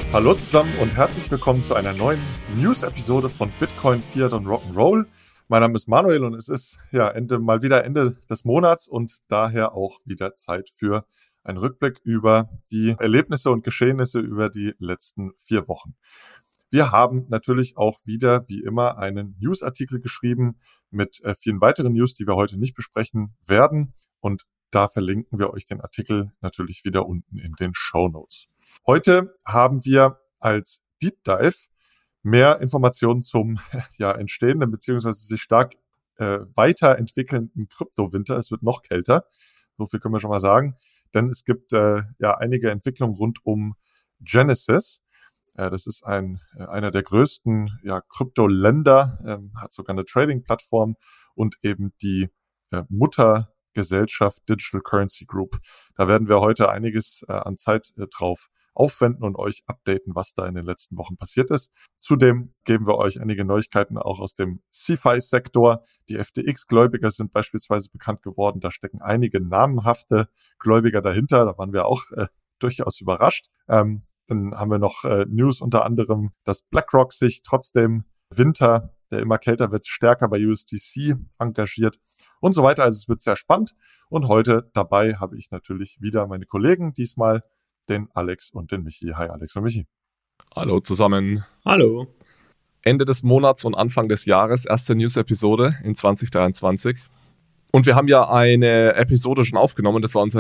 Hallo zusammen und herzlich willkommen zu einer neuen News-Episode von Bitcoin, Fiat und Rock'n'Roll. Mein Name ist Manuel und es ist mal wieder Ende des Monats und daher auch wieder Zeit für einen Rückblick über die Erlebnisse und Geschehnisse über die letzten 4 Wochen. Wir haben natürlich auch wieder, wie immer, einen Newsartikel geschrieben mit vielen weiteren News, die wir heute nicht besprechen werden. Und da verlinken wir euch den Artikel natürlich wieder unten in den Shownotes. Heute haben wir als Deep Dive mehr Informationen zum entstehenden bzw. sich stark weiterentwickelnden Kryptowinter. Es wird noch kälter, so viel können wir schon mal sagen, denn es gibt einige Entwicklungen rund um Genesis. Das ist einer der größten Kryptoländer, hat sogar eine Trading-Plattform und eben die Muttergesellschaft Digital Currency Group. Da werden wir heute einiges an Zeit drauf aufwenden und euch updaten, was da in den letzten Wochen passiert ist. Zudem geben wir euch einige Neuigkeiten auch aus dem CeFi-Sektor. Die FTX-Gläubiger sind beispielsweise bekannt geworden. Da stecken einige namhafte Gläubiger dahinter. Da waren wir auch durchaus überrascht. Dann haben wir noch News unter anderem, dass BlackRock sich trotzdem Winter, der immer kälter wird, stärker bei USDC engagiert und so weiter. Also es wird sehr spannend. Und heute dabei habe ich natürlich wieder meine Kollegen, diesmal den Alex und den Michi. Hi Alex und Michi. Hallo zusammen. Hallo. Ende des Monats und Anfang des Jahres, erste News-Episode in 2023. Und wir haben ja eine Episode schon aufgenommen, das war unsere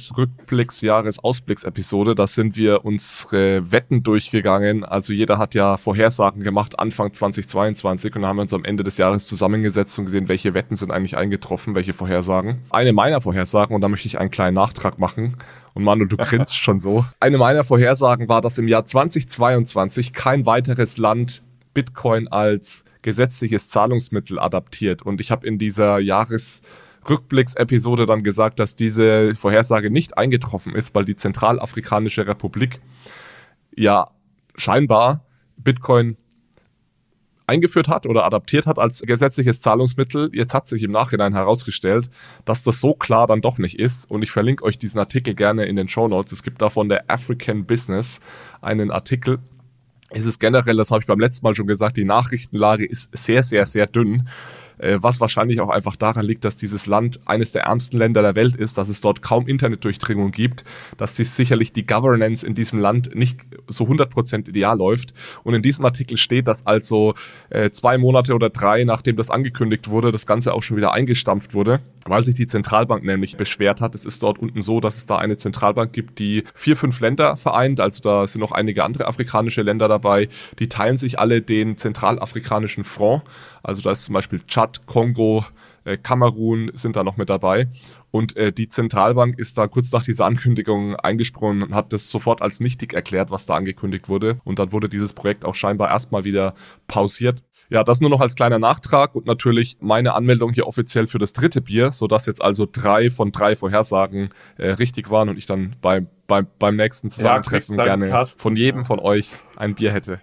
Jahresrückblicks-Jahresausblicks-Episode. Da sind wir unsere Wetten durchgegangen. Also jeder hat ja Vorhersagen gemacht Anfang 2022 und dann haben wir uns am Ende des Jahres zusammengesetzt und gesehen, welche Wetten sind eigentlich eingetroffen, welche Vorhersagen. Eine meiner Vorhersagen, und da möchte ich einen kleinen Nachtrag machen, und Manu, du grinst schon so. Eine meiner Vorhersagen war, dass im Jahr 2022 kein weiteres Land Bitcoin als gesetzliches Zahlungsmittel adaptiert. Und ich habe in dieser Jahresrückblicks-Episode dann gesagt, dass diese Vorhersage nicht eingetroffen ist, weil die Zentralafrikanische Republik ja scheinbar Bitcoin eingeführt hat oder adaptiert hat als gesetzliches Zahlungsmittel. Jetzt hat sich im Nachhinein herausgestellt, dass das so klar dann doch nicht ist. Und ich verlinke euch diesen Artikel gerne in den Shownotes. Es gibt da von der African Business einen Artikel. Es ist generell, das habe ich beim letzten Mal schon gesagt, die Nachrichtenlage ist sehr, sehr, sehr dünn, was wahrscheinlich auch einfach daran liegt, dass dieses Land eines der ärmsten Länder der Welt ist, dass es dort kaum Internetdurchdringung gibt, dass sich sicherlich die Governance in diesem Land nicht so 100% ideal läuft. Und in diesem Artikel steht, dass also 2 Monate oder 3, nachdem das angekündigt wurde, das Ganze auch schon wieder eingestampft wurde, weil sich die Zentralbank nämlich beschwert hat. Es ist dort unten so, dass es da eine Zentralbank gibt, die 4, 5 Länder vereint, also da sind noch einige andere afrikanische Länder dabei, die teilen sich alle den zentralafrikanischen Franc, also da ist zum Beispiel Tschad, Kongo, Kamerun sind da noch mit dabei. Und die Zentralbank ist da kurz nach dieser Ankündigung eingesprungen und hat das sofort als nichtig erklärt, was da angekündigt wurde. Und dann wurde dieses Projekt auch scheinbar erstmal wieder pausiert. Ja, das nur noch als kleiner Nachtrag und natürlich meine Anmeldung hier offiziell für das 3. Bier, sodass jetzt also 3 von 3 Vorhersagen richtig waren und ich dann beim nächsten Zusammentreffen gerne von jedem von euch ein Bier hätte.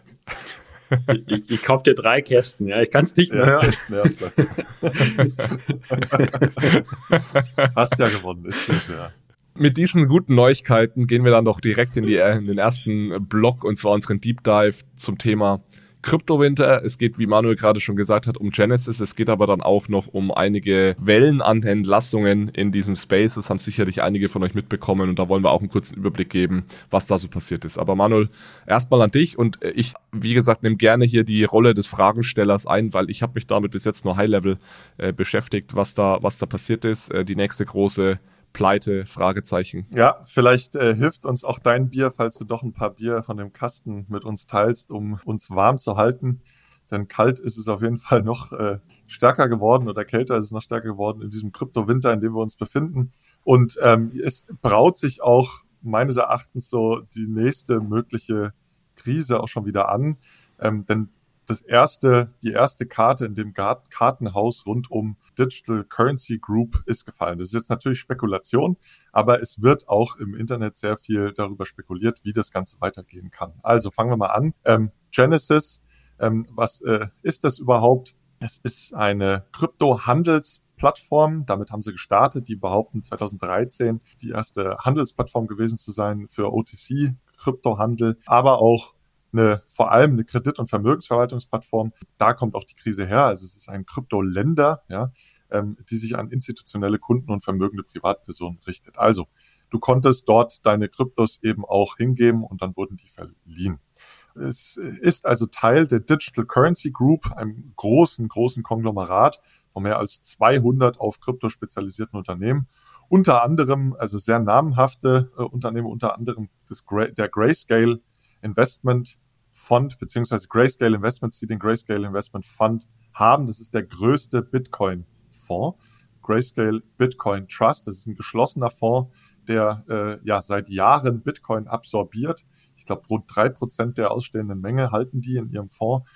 Ich kaufe dir 3 Kästen, ja, ich kann es nicht mehr hören. Hast ja gewonnen, ist gut, ja. Mit diesen guten Neuigkeiten gehen wir dann doch direkt in den ersten Block, und zwar unseren Deep Dive zum Thema Kryptowinter. Es geht, wie Manuel gerade schon gesagt hat, um Genesis. Es geht aber dann auch noch um einige Wellen an Entlassungen in diesem Space. Das haben sicherlich einige von euch mitbekommen und da wollen wir auch einen kurzen Überblick geben, was da so passiert ist. Aber Manuel, erstmal an dich, und ich, wie gesagt, nehme gerne hier die Rolle des Fragenstellers ein, weil ich habe mich damit bis jetzt nur High-Level beschäftigt, was da passiert ist. Die nächste große Pleite, Fragezeichen. Ja, vielleicht hilft uns auch dein Bier, falls du doch ein paar Bier von dem Kasten mit uns teilst, um uns warm zu halten. Denn kalt ist es auf jeden Fall noch stärker geworden oder kälter ist es noch stärker geworden in diesem Kryptowinter, in dem wir uns befinden. Und es braut sich auch meines Erachtens so die nächste mögliche Krise auch schon wieder an. Denn die erste Karte in dem Kartenhaus rund um Digital Currency Group ist gefallen. Das ist jetzt natürlich Spekulation, aber es wird auch im Internet sehr viel darüber spekuliert, wie das Ganze weitergehen kann. Also fangen wir mal an. Genesis, was ist das überhaupt? Es ist eine Krypto-Handelsplattform. Damit haben sie gestartet. Die behaupten 2013 die erste Handelsplattform gewesen zu sein für OTC Kryptohandel, aber auch vor allem eine Kredit- und Vermögensverwaltungsplattform. Da kommt auch die Krise her. Also es ist ein Kryptoländer, ja, die sich an institutionelle Kunden und vermögende Privatpersonen richtet. Also du konntest dort deine Kryptos eben auch hingeben und dann wurden die verliehen. Es ist also Teil der Digital Currency Group, einem großen Konglomerat von mehr als 200 auf Krypto spezialisierten Unternehmen. Unter anderem, also sehr namhafte Unternehmen, unter anderem der Grayscale Investment Fund, beziehungsweise Grayscale Investments, die den Grayscale Investment Fund haben. Das ist der größte Bitcoin-Fonds. Grayscale Bitcoin Trust, das ist ein geschlossener Fonds, der seit Jahren Bitcoin absorbiert. Ich glaube, rund 3% der ausstehenden Menge halten die in ihrem Fonds,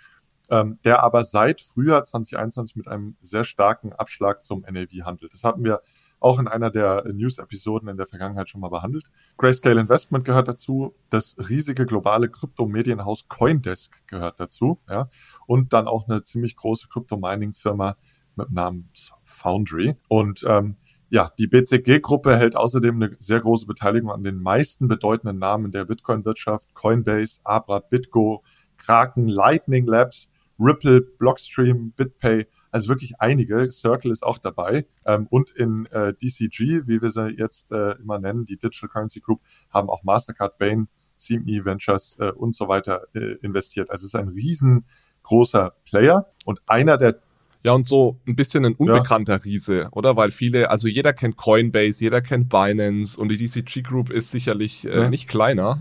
der aber seit Frühjahr 2021 mit einem sehr starken Abschlag zum NAV handelt. Das hatten wir auch in einer der News-Episoden in der Vergangenheit schon mal behandelt. Grayscale Investment gehört dazu, das riesige globale Kryptomedienhaus CoinDesk gehört dazu, ja, und dann auch eine ziemlich große Krypto-Mining-Firma mit Namens Foundry. Und die BCG-Gruppe hält außerdem eine sehr große Beteiligung an den meisten bedeutenden Namen der Bitcoin-Wirtschaft: Coinbase, Abra, BitGo, Kraken, Lightning Labs, Ripple, Blockstream, BitPay, also wirklich einige. Circle ist auch dabei. Und in DCG, wie wir sie jetzt immer nennen, die Digital Currency Group, haben auch Mastercard, Bain, CME Ventures und so weiter investiert. Also es ist ein riesengroßer Player und einer der Ja, und so ein bisschen ein unbekannter Riese, oder? Weil also jeder kennt Coinbase, jeder kennt Binance und die DCG Group ist sicherlich nicht kleiner,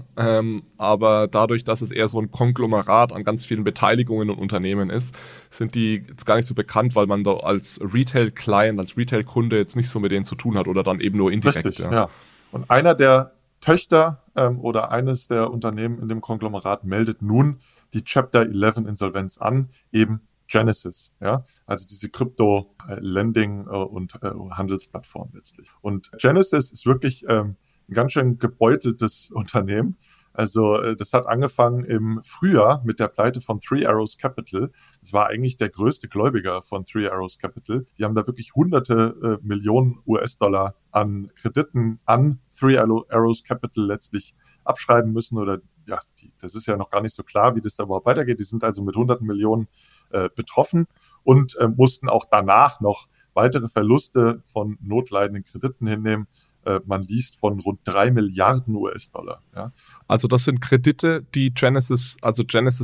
aber dadurch, dass es eher so ein Konglomerat an ganz vielen Beteiligungen und Unternehmen ist, sind die jetzt gar nicht so bekannt, weil man da als Retail-Client, als Retail-Kunde jetzt nicht so mit denen zu tun hat oder dann eben nur indirekt. Richtig, ja. Und einer der Töchter oder eines der Unternehmen in dem Konglomerat meldet nun die Chapter 11 Insolvenz an, eben Genesis, ja, also diese Krypto-Lending- und Handelsplattform letztlich. Und Genesis ist wirklich ein ganz schön gebeuteltes Unternehmen. Also das hat angefangen im Frühjahr mit der Pleite von Three Arrows Capital. Das war eigentlich der größte Gläubiger von Three Arrows Capital. Die haben da wirklich hunderte Millionen US-Dollar an Krediten an Three Arrows Capital letztlich abschreiben müssen oder das ist ja noch gar nicht so klar, wie das da überhaupt weitergeht. Die sind also mit hunderten Millionen betroffen und mussten auch danach noch weitere Verluste von notleidenden Krediten hinnehmen. Man liest von rund 3 Milliarden US-Dollar. Ja. Also das sind Kredite, die Genesis hat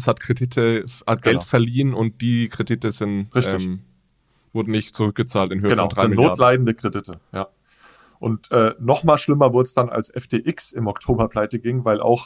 Geld verliehen und die Kredite wurden nicht zurückgezahlt in Höhe von 3 Milliarden. Notleidende Kredite, ja. Und noch mal schlimmer wurde es dann, als FTX im Oktober pleite ging, weil auch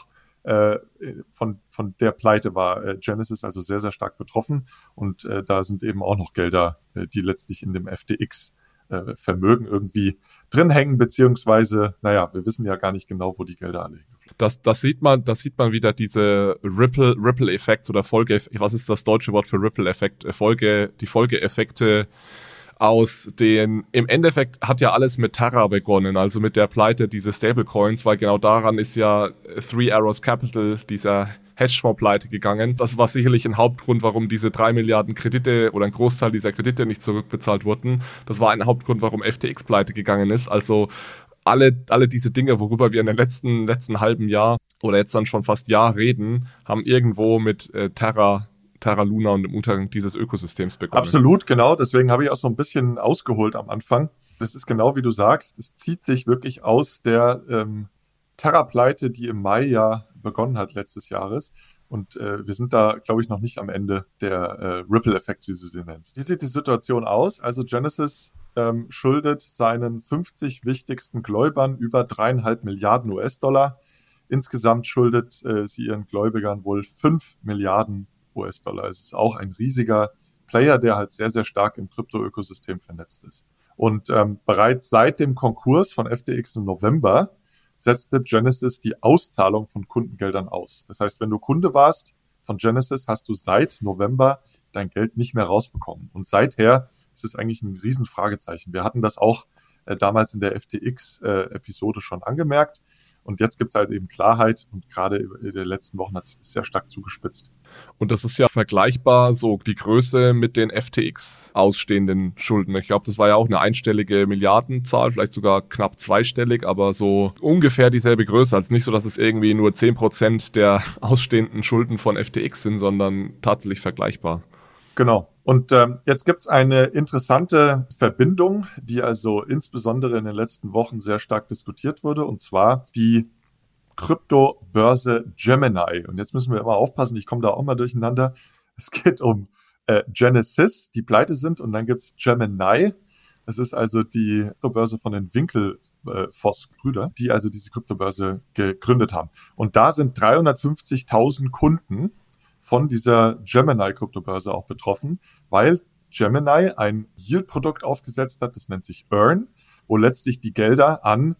von der Pleite war Genesis also sehr, sehr stark betroffen. Und da sind eben auch noch Gelder, die letztlich in dem FTX Vermögen irgendwie drin hängen, beziehungsweise, wir wissen ja gar nicht genau, wo die Gelder alle hingeflogen. Das sieht man wieder diese Ripple-Effekte oder was ist das deutsche Wort für Ripple-Effekt? Die Folgeeffekte aus im Endeffekt hat ja alles mit Terra begonnen, also mit der Pleite dieser Stablecoins, weil genau daran ist ja Three Arrows Capital, dieser Hedgefonds-Pleite gegangen. Das war sicherlich ein Hauptgrund, warum diese 3 Milliarden Kredite oder ein Großteil dieser Kredite nicht zurückbezahlt wurden. Das war ein Hauptgrund, warum FTX pleite gegangen ist. Also alle diese Dinge, worüber wir in den letzten halben Jahr oder jetzt dann schon fast Jahr reden, haben irgendwo mit Terra Luna und dem Untergang dieses Ökosystems begonnen. Absolut, genau. Deswegen habe ich auch so ein bisschen ausgeholt am Anfang. Das ist genau wie du sagst. Es zieht sich wirklich aus der Terra-Pleite, die im Mai ja begonnen hat letztes Jahres. Und wir sind da, glaube ich, noch nicht am Ende der Ripple-Effekts, wie du sie nennst. Wie sieht die Situation aus? Also Genesis schuldet seinen 50 wichtigsten Gläubern über 3,5 Milliarden US-Dollar. Insgesamt schuldet sie ihren Gläubigern wohl 5 Milliarden US-Dollar. Es ist auch ein riesiger Player, der halt sehr, sehr stark im Krypto-Ökosystem vernetzt ist. Und bereits seit dem Konkurs von FTX im November setzte Genesis die Auszahlung von Kundengeldern aus. Das heißt, wenn du Kunde warst von Genesis, hast du seit November dein Geld nicht mehr rausbekommen. Und seither ist es eigentlich ein Riesenfragezeichen. Wir hatten das auch damals in der FTX-Episode schon angemerkt. Und jetzt gibt es halt eben Klarheit und gerade in den letzten Wochen hat sich das sehr stark zugespitzt. Und das ist ja vergleichbar, so die Größe mit den FTX ausstehenden Schulden. Ich glaube, das war ja auch eine einstellige Milliardenzahl, vielleicht sogar knapp zweistellig, aber so ungefähr dieselbe Größe. Also nicht so, dass es irgendwie nur 10% der ausstehenden Schulden von FTX sind, sondern tatsächlich vergleichbar. Genau. Und jetzt gibt es eine interessante Verbindung, die also insbesondere in den letzten Wochen sehr stark diskutiert wurde, und zwar die Kryptobörse Gemini. Und jetzt müssen wir immer aufpassen, ich komme da auch mal durcheinander. Es geht um Genesis, die pleite sind, und dann gibt es Gemini. Das ist also die Kryptobörse von den Winklevoss-Brüdern, die also diese Kryptobörse gegründet haben. Und da sind 350.000 Kunden von dieser Gemini-Kryptobörse auch betroffen, weil Gemini ein Yield-Produkt aufgesetzt hat, das nennt sich Earn, wo letztlich die Gelder an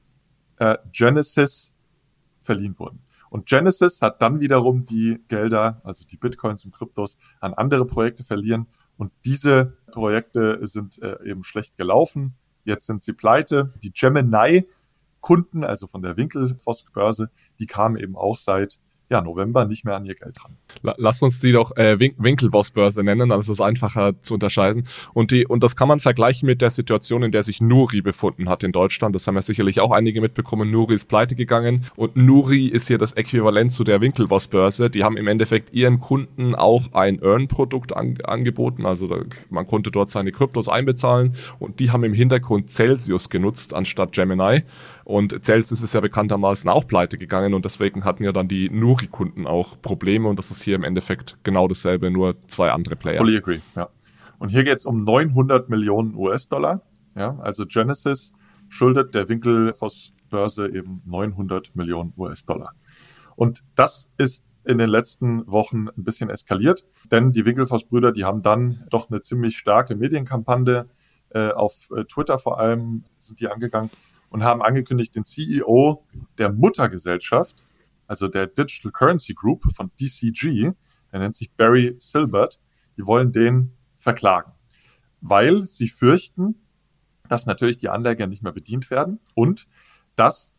Genesis verliehen wurden. Und Genesis hat dann wiederum die Gelder, also die Bitcoins und Kryptos, an andere Projekte verliehen. Und diese Projekte sind eben schlecht gelaufen. Jetzt sind sie pleite. Die Gemini-Kunden, also von der Winklevoss-Börse, die kamen eben auch seit November nicht mehr an ihr Geld ran. Lass uns die doch Winklevoss-Börse nennen, dann ist es einfacher zu unterscheiden. Und das kann man vergleichen mit der Situation, in der sich Nuri befunden hat in Deutschland. Das haben ja sicherlich auch einige mitbekommen. Nuri ist pleite gegangen und Nuri ist hier das Äquivalent zu der Winklevoss-Börse. Die haben im Endeffekt ihren Kunden auch ein Earn-Produkt angeboten. Also man konnte dort seine Kryptos einbezahlen und die haben im Hintergrund Celsius genutzt anstatt Gemini. Und Celsius ist ja bekanntermaßen auch pleite gegangen und deswegen hatten ja dann die Nuri-Kunden auch Probleme und das ist hier im Endeffekt genau dasselbe, nur zwei andere Player. Fully agree, ja. Und hier geht es um 900 Millionen US-Dollar. Ja, also Genesis schuldet der Winklevoss-Börse eben 900 Millionen US-Dollar. Und das ist in den letzten Wochen ein bisschen eskaliert, denn die Winklevoss-Brüder, die haben dann doch eine ziemlich starke Medienkampagne auf Twitter vor allem sind die angegangen und haben angekündigt, den CEO der Muttergesellschaft, also der Digital Currency Group von DCG, der nennt sich Barry Silbert, die wollen den verklagen, weil sie fürchten, dass natürlich die Anleger nicht mehr bedient werden und dass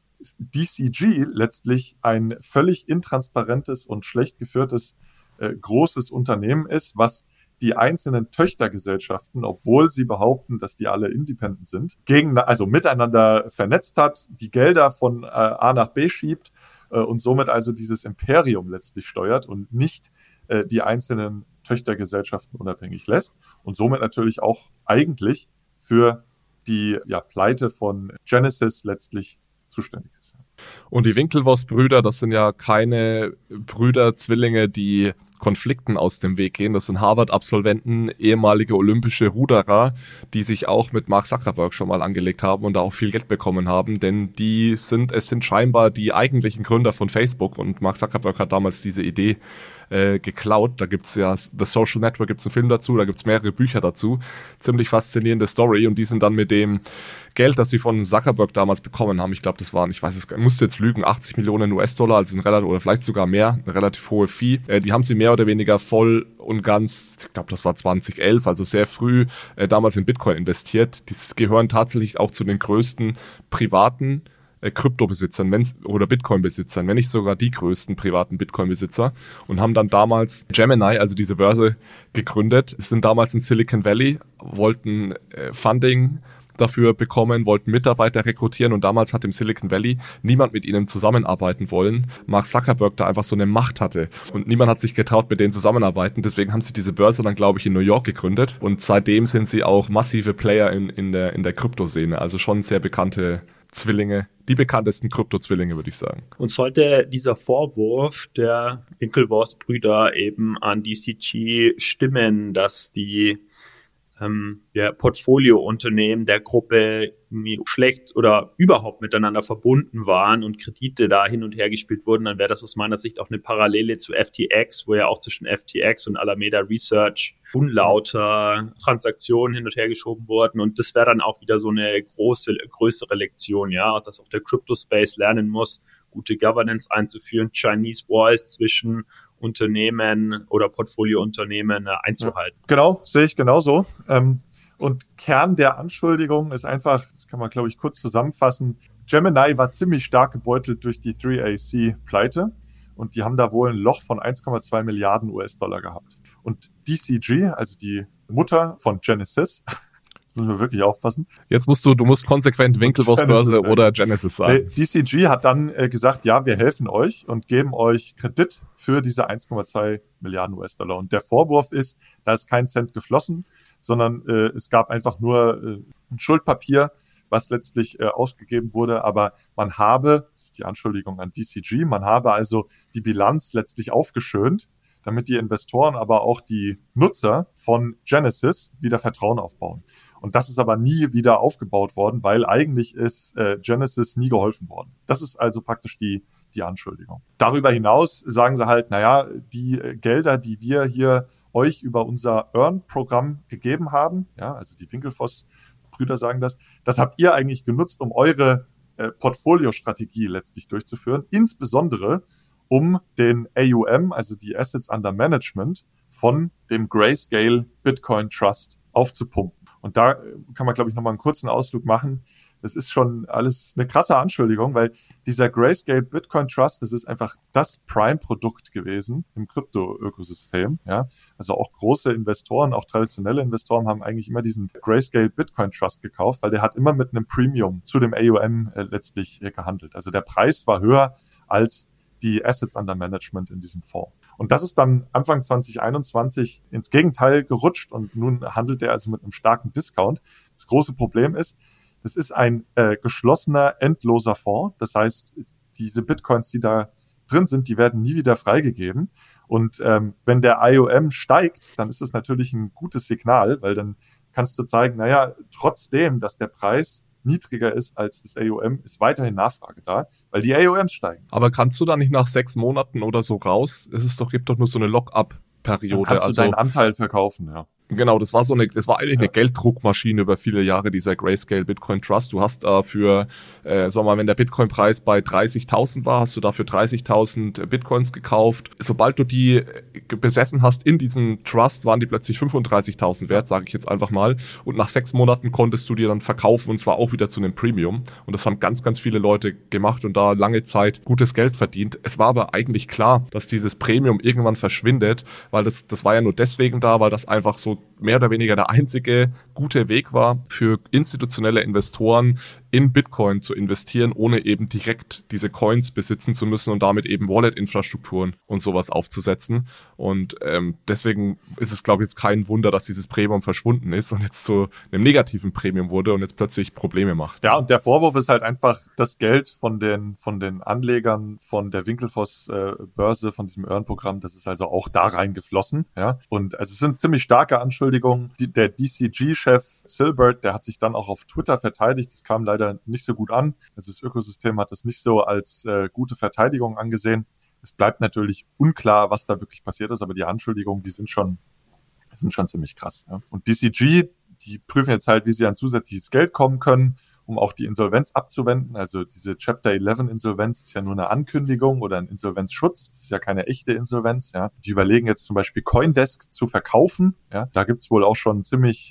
DCG letztlich ein völlig intransparentes und schlecht geführtes großes Unternehmen ist, was die einzelnen Töchtergesellschaften, obwohl sie behaupten, dass die alle independent sind, also miteinander vernetzt hat, die Gelder von A nach B schiebt und somit also dieses Imperium letztlich steuert und nicht die einzelnen Töchtergesellschaften unabhängig lässt und somit natürlich auch eigentlich für die Pleite von Genesis letztlich zuständig ist. Und die Winklevoss-Brüder, das sind ja keine Brüder, Zwillinge, die Konflikten aus dem Weg gehen. Das sind Harvard-Absolventen, ehemalige olympische Ruderer, die sich auch mit Mark Zuckerberg schon mal angelegt haben und da auch viel Geld bekommen haben, denn es sind scheinbar die eigentlichen Gründer von Facebook und Mark Zuckerberg hat damals diese Idee geklaut. Da gibt's ja The Social Network, gibt's einen Film dazu, da gibt's mehrere Bücher dazu. Ziemlich faszinierende Story und die sind dann mit dem Geld, das sie von Zuckerberg damals bekommen haben, ich glaube, das waren, ich weiß es gar nicht, musste jetzt lügen, 80 Millionen US-Dollar, also oder vielleicht sogar mehr, eine relativ hohe Fee. Die haben sie mehr oder weniger voll und ganz, ich glaube, das war 2011, also sehr früh, damals in Bitcoin investiert. Die gehören tatsächlich auch zu den größten privaten Kryptobesitzern oder Bitcoin-Besitzern, wenn nicht sogar die größten privaten Bitcoin-Besitzer und haben dann damals Gemini, also diese Börse, gegründet, sind damals in Silicon Valley, wollten Funding dafür bekommen, wollten Mitarbeiter rekrutieren und damals hat im Silicon Valley niemand mit ihnen zusammenarbeiten wollen. Mark Zuckerberg da einfach so eine Macht hatte und niemand hat sich getraut, mit denen zusammenarbeiten. Deswegen haben sie diese Börse dann, glaube ich, in New York gegründet und seitdem sind sie auch massive Player in der Kryptoszene, also schon sehr bekannte Zwillinge, die bekanntesten Krypto-Zwillinge, würde ich sagen. Und sollte dieser Vorwurf der Winklevoss-Brüder eben an DCG stimmen, dass die Portfoliounternehmen der Gruppe schlecht oder überhaupt miteinander verbunden waren und Kredite da hin und her gespielt wurden, dann wäre das aus meiner Sicht auch eine Parallele zu FTX, wo ja auch zwischen FTX und Alameda Research unlauter Transaktionen hin und her geschoben wurden und das wäre dann auch wieder so eine größere Lektion, ja, dass auch der Crypto-Space lernen muss, gute Governance einzuführen, Chinese Walls zwischen Unternehmen oder Portfoliounternehmen einzuhalten. Genau, sehe ich genauso. Und Kern der Anschuldigung ist einfach, das kann man, glaube ich, kurz zusammenfassen, Gemini war ziemlich stark gebeutelt durch die 3AC-Pleite und die haben da wohl ein Loch von 1,2 Milliarden US-Dollar gehabt. Und DCG, also die Mutter von Genesis, jetzt müssen wir wirklich aufpassen. Jetzt musst du musst konsequent Winklevoss-Börse oder Genesis sagen. DCG hat dann gesagt, ja, wir helfen euch und geben euch Kredit für diese 1,2 Milliarden US-Dollar. Und der Vorwurf ist, da ist kein Cent geflossen, sondern es gab einfach nur ein Schuldpapier, was letztlich ausgegeben wurde, aber man habe, das ist die Anschuldigung an DCG, man habe also die Bilanz letztlich aufgeschönt, damit die Investoren, aber auch die Nutzer von Genesis wieder Vertrauen aufbauen. Und das ist aber nie wieder aufgebaut worden, weil eigentlich ist Genesis nie geholfen worden. Das ist also praktisch die Anschuldigung. Darüber hinaus sagen sie halt, naja, die Gelder, die wir hier euch über unser Earn-Programm gegeben haben, ja, also die Winklevoss-Brüder sagen das habt ihr eigentlich genutzt, um eure Portfoliostrategie letztlich durchzuführen, insbesondere um den AUM, also die Assets Under Management, von dem Grayscale Bitcoin Trust aufzupumpen. Und da kann man, glaube ich, nochmal einen kurzen Ausflug machen. Das ist schon alles eine krasse Anschuldigung, weil dieser Grayscale Bitcoin Trust, das ist einfach das Prime-Produkt gewesen im Krypto-Ökosystem. Ja? Also auch große Investoren, auch traditionelle Investoren haben eigentlich immer diesen Grayscale Bitcoin Trust gekauft, weil der hat immer mit einem Premium zu dem AUM letztlich gehandelt. Also der Preis war höher als die Assets Under Management in diesem Fonds. Und das ist dann Anfang 2021 ins Gegenteil gerutscht und nun handelt er also mit einem starken Discount. Das große Problem ist, das ist ein geschlossener, endloser Fonds. Das heißt, diese Bitcoins, die da drin sind, die werden nie wieder freigegeben. Und wenn der IOM steigt, dann ist das natürlich ein gutes Signal, weil dann kannst du zeigen, naja, trotzdem, dass der Preis niedriger ist als das AUM, ist weiterhin Nachfrage da, weil die AUMs steigen. Aber kannst du da nicht nach 6 Monaten oder so raus? Gibt doch nur so eine Lock-up-Periode. Dann kannst du deinen Anteil verkaufen, ja. Genau, das war eigentlich eine Gelddruckmaschine über viele Jahre, dieser Grayscale Bitcoin Trust. Du hast dafür, wenn der Bitcoin-Preis bei 30.000 war, hast du dafür 30.000 Bitcoins gekauft. Sobald du die besessen hast in diesem Trust, waren die plötzlich 35.000 wert, sage ich jetzt einfach mal. Und nach 6 Monaten konntest du die dann verkaufen, und zwar auch wieder zu einem Premium. Und das haben ganz, ganz viele Leute gemacht und da lange Zeit gutes Geld verdient. Es war aber eigentlich klar, dass dieses Premium irgendwann verschwindet, weil das war ja nur deswegen da, weil das einfach so mehr oder weniger der einzige gute Weg war, für institutionelle Investoren in Bitcoin zu investieren, ohne eben direkt diese Coins besitzen zu müssen und damit eben Wallet-Infrastrukturen und sowas aufzusetzen. Und deswegen ist es, glaube ich, jetzt kein Wunder, dass dieses Premium verschwunden ist und jetzt zu einem negativen Premium wurde und jetzt plötzlich Probleme macht. Ja, und der Vorwurf ist halt einfach das Geld von den Anlegern von der Winklevoss-Börse, von diesem Earn-Programm, das ist also auch da reingeflossen. Ja? Und also es sind ziemlich starke Anschuldigungen. Der DCG-Chef Silbert, der hat sich dann auch auf Twitter verteidigt. Das kam leider nicht so gut an. Also das Ökosystem hat das nicht so als gute Verteidigung angesehen. Es bleibt natürlich unklar, was da wirklich passiert ist, aber die Anschuldigungen, die sind schon ziemlich krass. Ja? Und DCG, die prüfen jetzt halt, wie sie an zusätzliches Geld kommen können, um auch die Insolvenz abzuwenden. Also diese Chapter 11 Insolvenz ist ja nur eine Ankündigung oder ein Insolvenzschutz. Das ist ja keine echte Insolvenz. Ja. Die überlegen jetzt zum Beispiel CoinDesk zu verkaufen. Ja. Da gibt's wohl auch schon ziemlich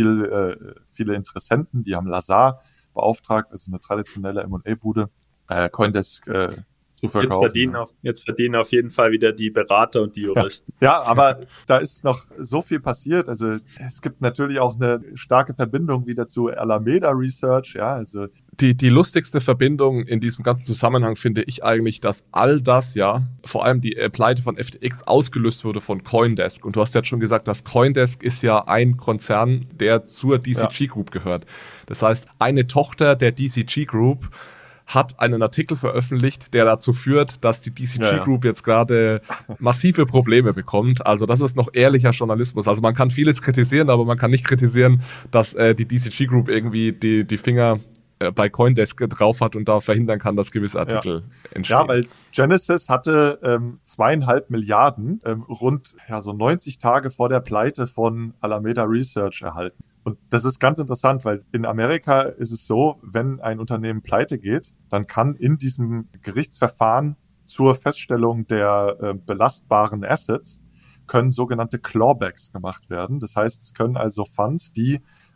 viele Interessenten. Die haben Lazar beauftragt, also eine traditionelle M&A-Bude. CoinDesk zu verkaufen. Jetzt verdienen auf jeden Fall wieder die Berater und die Juristen. Ja, aber da ist noch so viel passiert. Also es gibt natürlich auch eine starke Verbindung wieder zu Alameda Research. Ja, also die lustigste Verbindung in diesem ganzen Zusammenhang finde ich eigentlich, dass all das vor allem die Pleite von FTX ausgelöst wurde von CoinDesk. Und du hast ja schon gesagt, dass CoinDesk ist ja ein Konzern, der zur DCG Group gehört. Das heißt, eine Tochter der DCG Group hat einen Artikel veröffentlicht, der dazu führt, dass die DCG Group jetzt gerade massive Probleme bekommt. Also das ist noch ehrlicher Journalismus. Also man kann vieles kritisieren, aber man kann nicht kritisieren, dass die DCG Group irgendwie die Finger bei CoinDesk drauf hat und da verhindern kann, dass gewisse Artikel entstehen. Ja, weil Genesis hatte 2,5 Milliarden rund so 90 Tage vor der Pleite von Alameda Research erhalten. Und das ist ganz interessant, weil in Amerika ist es so, wenn ein Unternehmen pleite geht, dann kann in diesem Gerichtsverfahren zur Feststellung der belastbaren Assets können sogenannte Clawbacks gemacht werden. Das heißt, es können also Funds, die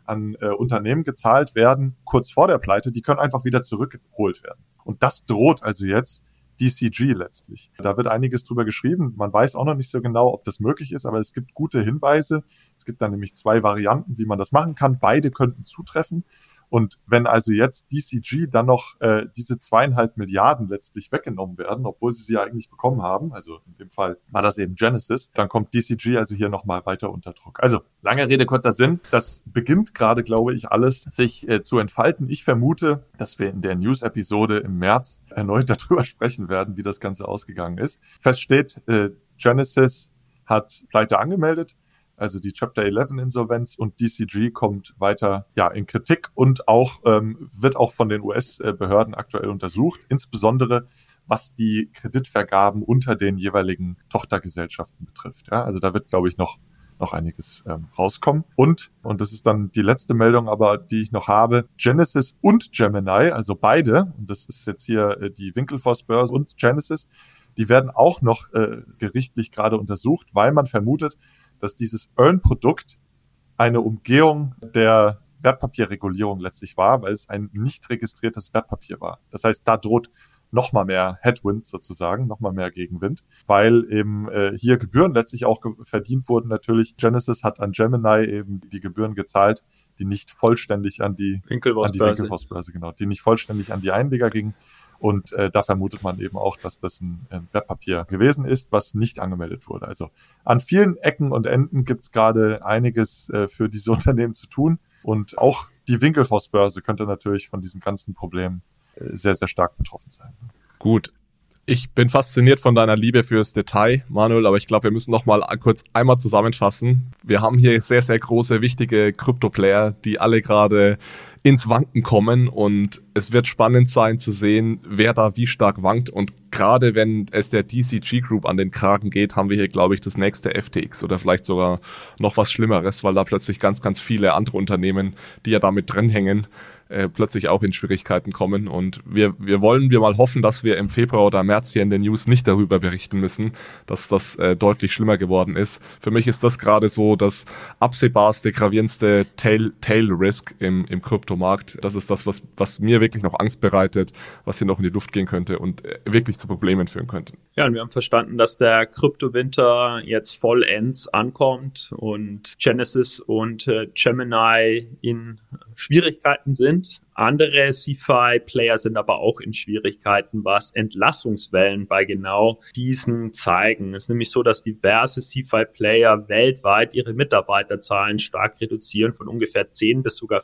an Unternehmen gezahlt werden, kurz vor der Pleite, die können einfach wieder zurückgeholt werden. Und das droht also jetzt DCG letztlich. Da wird einiges drüber geschrieben. Man weiß auch noch nicht so genau, ob das möglich ist, aber es gibt gute Hinweise. Es gibt dann nämlich 2 Varianten, wie man das machen kann. Beide könnten zutreffen. Und wenn also jetzt DCG dann noch diese 2,5 Milliarden letztlich weggenommen werden, obwohl sie eigentlich bekommen haben, also in dem Fall war das eben Genesis, dann kommt DCG also hier nochmal weiter unter Druck. Also lange Rede, kurzer Sinn. Das beginnt gerade, glaube ich, alles sich zu entfalten. Ich vermute, dass wir in der News-Episode im März erneut darüber sprechen werden, wie das Ganze ausgegangen ist. Fest steht, Genesis hat Pleite angemeldet. Also die Chapter 11 Insolvenz, und DCG kommt weiter in Kritik und auch wird auch von den US-Behörden aktuell untersucht, insbesondere was die Kreditvergaben unter den jeweiligen Tochtergesellschaften betrifft. Ja, also da wird, glaube ich, noch einiges rauskommen. Und das ist dann die letzte Meldung, aber die ich noch habe, Genesis und Gemini, also beide, und das ist jetzt hier die Winklevoss-Börse und Genesis, die werden auch noch gerichtlich gerade untersucht, weil man vermutet, dass dieses Earn-Produkt eine Umgehung der Wertpapierregulierung letztlich war, weil es ein nicht registriertes Wertpapier war. Das heißt, da droht noch mal mehr Headwind sozusagen, noch mal mehr Gegenwind, weil eben hier Gebühren letztlich auch verdient wurden. Natürlich, Genesis hat an Gemini eben die Gebühren gezahlt, die nicht vollständig an die Winklevoss-Börse, genau, die nicht vollständig an die Einleger gingen. Und da vermutet man eben auch, dass das ein Wertpapier gewesen ist, was nicht angemeldet wurde. Also an vielen Ecken und Enden gibt es gerade einiges für diese Unternehmen zu tun. Und auch die Winklevoss-Börse könnte natürlich von diesem ganzen Problem sehr, sehr stark betroffen sein. Gut. Ich bin fasziniert von deiner Liebe fürs Detail, Manuel, aber ich glaube, wir müssen noch mal kurz einmal zusammenfassen. Wir haben hier sehr, sehr große, wichtige Krypto-Player, die alle gerade ins Wanken kommen, und es wird spannend sein zu sehen, wer da wie stark wankt, und gerade wenn es der DCG Group an den Kragen geht, haben wir hier, glaube ich, das nächste FTX oder vielleicht sogar noch was Schlimmeres, weil da plötzlich ganz, ganz viele andere Unternehmen, die ja damit drin hängen, plötzlich auch in Schwierigkeiten kommen, und wir wollen mal hoffen, dass wir im Februar oder März hier in den News nicht darüber berichten müssen, dass das deutlich schlimmer geworden ist. Für mich ist das gerade so das absehbarste, gravierendste Tail-Risk im Kryptomarkt. Das ist das, was mir wirklich noch Angst bereitet, was hier noch in die Luft gehen könnte und wirklich zu Problemen führen könnte. Ja, und wir haben verstanden, dass der Kryptowinter jetzt vollends ankommt und Genesis und Gemini in Schwierigkeiten sind. Andere CeFi-Player sind aber auch in Schwierigkeiten, was Entlassungswellen bei genau diesen zeigen. Es ist nämlich so, dass diverse CeFi-Player weltweit ihre Mitarbeiterzahlen stark reduzieren, von ungefähr 10 bis sogar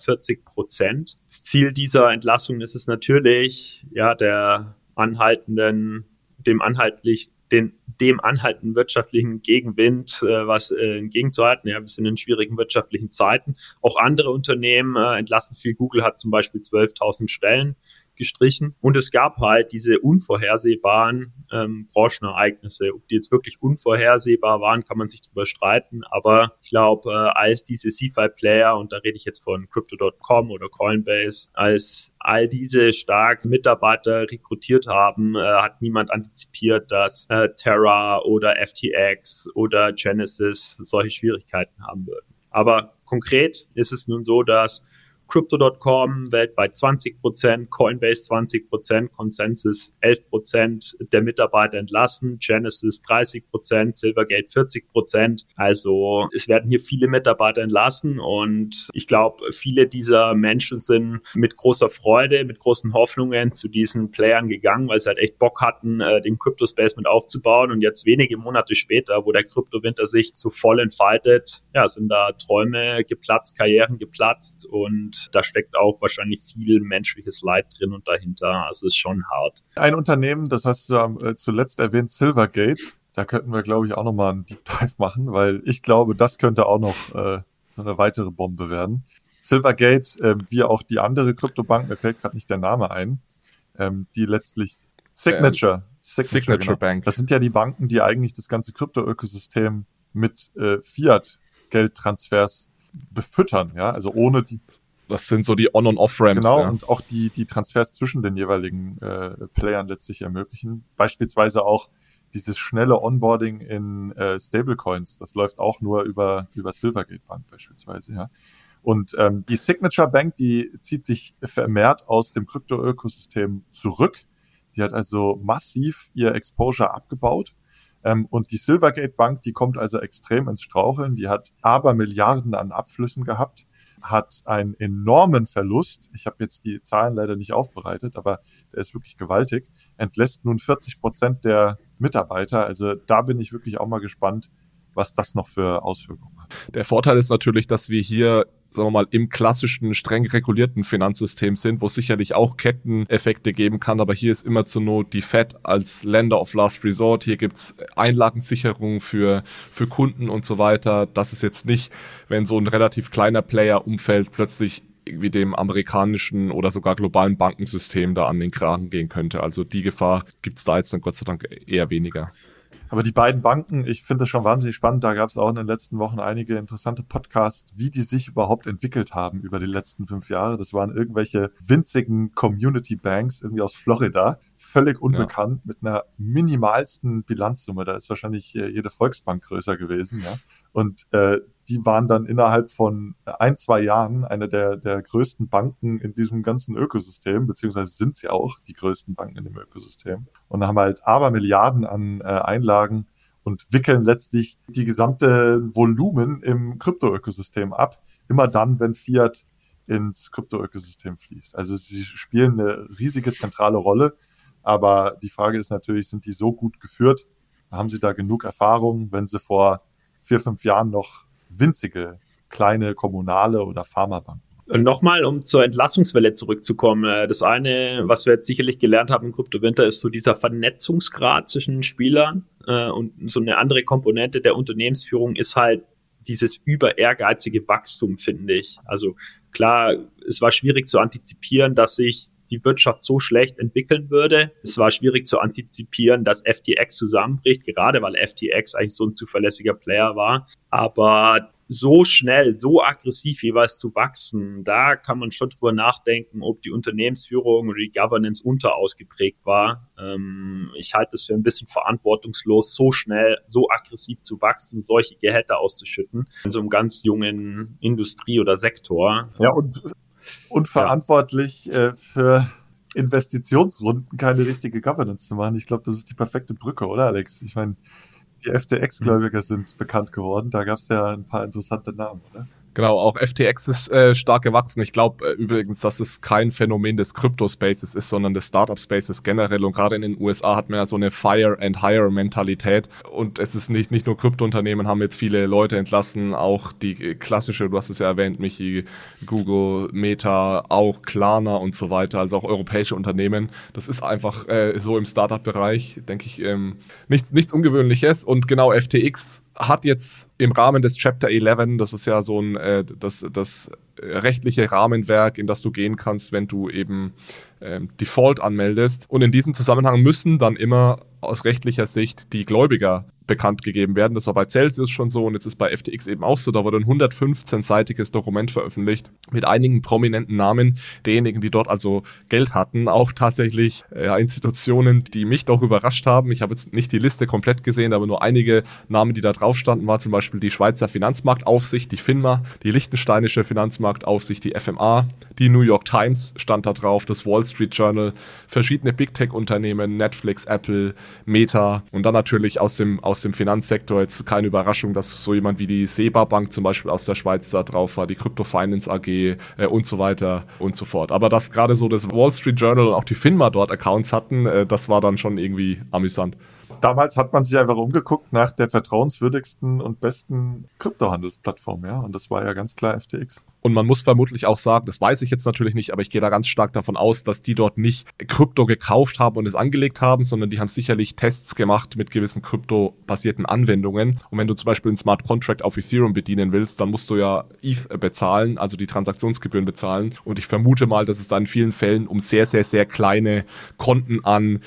40%. Das Ziel dieser Entlassung ist es natürlich, dem anhaltenden wirtschaftlichen Gegenwind was entgegenzuhalten. Ja, wir sind in schwierigen wirtschaftlichen Zeiten. Auch andere Unternehmen entlassen viel. Google hat zum Beispiel 12.000 Stellen gestrichen. Und es gab halt diese unvorhersehbaren Branchenereignisse. Ob die jetzt wirklich unvorhersehbar waren, kann man sich drüber streiten. Aber ich glaube, als diese CeFi-Player, und da rede ich jetzt von Crypto.com oder Coinbase, als all diese stark Mitarbeiter rekrutiert haben, hat niemand antizipiert, dass Terra oder FTX oder Genesis solche Schwierigkeiten haben würden. Aber konkret ist es nun so, dass Crypto.com weltweit 20%, Coinbase 20%, Consensus 11% der Mitarbeiter entlassen, Genesis 30%, Silvergate 40%. Also es werden hier viele Mitarbeiter entlassen, und ich glaube, viele dieser Menschen sind mit großer Freude, mit großen Hoffnungen zu diesen Playern gegangen, weil sie halt echt Bock hatten, den Crypto-Space mit aufzubauen, und jetzt wenige Monate später, wo der Kryptowinter sich so voll entfaltet, sind da Träume geplatzt, Karrieren geplatzt, und da steckt auch wahrscheinlich viel menschliches Leid drin und dahinter. Also es ist schon hart. Ein Unternehmen, das hast du zuletzt erwähnt, Silvergate. Da könnten wir, glaube ich, auch nochmal einen Deep Dive machen, weil ich glaube, das könnte auch noch so eine weitere Bombe werden. Silvergate, wie auch die andere Kryptobank, mir fällt gerade nicht der Name ein, die letztlich Signature genau. Bank. Das sind ja die Banken, die eigentlich das ganze Krypto-Ökosystem mit Fiat-Geldtransfers befüttern, ja, also ohne die. Das sind so die On- und Off-Ramps. Genau, ja. Und auch die Transfers zwischen den jeweiligen Playern letztlich ermöglichen. Beispielsweise auch dieses schnelle Onboarding in Stablecoins, das läuft auch nur über Silvergate Bank beispielsweise, ja. Und die Signature Bank, die zieht sich vermehrt aus dem Krypto-Ökosystem zurück. Die hat also massiv ihr Exposure abgebaut. Und die Silvergate Bank, die kommt also extrem ins Straucheln. Die hat aber Milliarden an Abflüssen gehabt, hat einen enormen Verlust. Ich habe jetzt die Zahlen leider nicht aufbereitet, aber der ist wirklich gewaltig. Entlässt nun 40% der Mitarbeiter. Also da bin ich wirklich auch mal gespannt, was das noch für Auswirkungen hat. Der Vorteil ist natürlich, dass wir hier, sagen wir mal, im klassischen, streng regulierten Finanzsystem sind, wo es sicherlich auch Ketteneffekte geben kann, aber hier ist immer zur Not die Fed als Lender of Last Resort. Hier gibt's Einlagensicherung für Kunden und so weiter. Das ist jetzt nicht, wenn so ein relativ kleiner Player umfällt, plötzlich irgendwie dem amerikanischen oder sogar globalen Bankensystem da an den Kragen gehen könnte. Also die Gefahr gibt's da jetzt dann Gott sei Dank eher weniger. Aber die beiden Banken, ich finde das schon wahnsinnig spannend. Da gab es auch in den letzten Wochen einige interessante Podcasts, wie die sich überhaupt entwickelt haben über die letzten 5 Jahre. Das waren irgendwelche winzigen Community Banks irgendwie aus Florida, völlig unbekannt, mit einer minimalsten Bilanzsumme. Da ist wahrscheinlich jede Volksbank größer gewesen. Ja? Und die waren dann innerhalb von 1-2 Jahren eine der größten Banken in diesem ganzen Ökosystem, beziehungsweise sind sie auch die größten Banken in dem Ökosystem und haben halt Abermilliarden an Einlagen und wickeln letztlich die gesamte Volumen im Krypto-Ökosystem ab, immer dann, wenn Fiat ins Krypto-Ökosystem fließt. Also sie spielen eine riesige zentrale Rolle, aber die Frage ist natürlich, sind die so gut geführt? Haben sie da genug Erfahrung, wenn sie vor 4-5 Jahren noch winzige, kleine kommunale oder Pharmabanken? Nochmal, um zur Entlassungswelle zurückzukommen. Das eine, was wir jetzt sicherlich gelernt haben im Kryptowinter, ist so dieser Vernetzungsgrad zwischen den Spielern. Und so eine andere Komponente der Unternehmensführung ist halt dieses über ehrgeizige Wachstum, finde ich. Also klar, es war schwierig zu antizipieren, dass sich die Wirtschaft so schlecht entwickeln würde. Es war schwierig zu antizipieren, dass FTX zusammenbricht, gerade weil FTX eigentlich so ein zuverlässiger Player war. Aber so schnell, so aggressiv jeweils zu wachsen, da kann man schon drüber nachdenken, ob die Unternehmensführung oder die Governance unterausgeprägt war. Ich halte es für ein bisschen verantwortungslos, so schnell, so aggressiv zu wachsen, solche Gehälter auszuschütten in so einem ganz jungen Industrie- oder Sektor. Ja, und verantwortlich für Investitionsrunden keine richtige Governance zu machen. Ich glaube, das ist die perfekte Brücke, oder Alex? Ich meine, die FTX-Gläubiger sind bekannt geworden. Da gab es ja ein paar interessante Namen, oder? Genau, auch FTX ist stark gewachsen. Ich glaube übrigens, dass es kein Phänomen des Crypto-Spaces ist, sondern des Startup-Spaces generell. Und gerade in den USA hat man ja so eine Fire-and-Hire-Mentalität. Und es ist nicht nur Krypto-Unternehmen haben jetzt viele Leute entlassen, auch die klassische, du hast es ja erwähnt, Michi, Google, Meta, auch Klarna und so weiter, also auch europäische Unternehmen. Das ist einfach so im Startup-Bereich, denke ich, nichts Ungewöhnliches. Und genau, FTX hat jetzt im Rahmen des Chapter 11, das ist ja so ein das rechtliche Rahmenwerk, in das du gehen kannst, wenn du eben Default anmeldest. Und in diesem Zusammenhang müssen dann immer aus rechtlicher Sicht die Gläubiger bekannt gegeben werden. Das war bei Celsius schon so und jetzt ist bei FTX eben auch so. Da wurde ein 115-seitiges Dokument veröffentlicht mit einigen prominenten Namen derjenigen, die dort also Geld hatten. Auch tatsächlich Institutionen, die mich doch überrascht haben. Ich habe jetzt nicht die Liste komplett gesehen, aber nur einige Namen, die da drauf standen, war zum Beispiel die Schweizer Finanzmarktaufsicht, die FINMA, die liechtensteinische Finanzmarktaufsicht, die FMA, die New York Times stand da drauf, das Wall Street Journal, verschiedene Big Tech-Unternehmen, Netflix, Apple, Meta und dann natürlich aus dem Finanzsektor jetzt keine Überraschung, dass so jemand wie die SEBA Bank zum Beispiel aus der Schweiz da drauf war, die Crypto Finance AG und so weiter und so fort. Aber dass gerade so das Wall Street Journal und auch die FINMA dort Accounts hatten, das war dann schon irgendwie amüsant. Damals hat man sich einfach umgeguckt nach der vertrauenswürdigsten und besten Kryptohandelsplattform, ja, und das war ja ganz klar FTX. Und man muss vermutlich auch sagen, das weiß ich jetzt natürlich nicht, aber ich gehe da ganz stark davon aus, dass die dort nicht Krypto gekauft haben und es angelegt haben, sondern die haben sicherlich Tests gemacht mit gewissen kryptobasierten Anwendungen. Und wenn du zum Beispiel einen Smart Contract auf Ethereum bedienen willst, dann musst du ja ETH bezahlen, also die Transaktionsgebühren bezahlen. Und ich vermute mal, dass es da in vielen Fällen um sehr, sehr, sehr kleine Konten an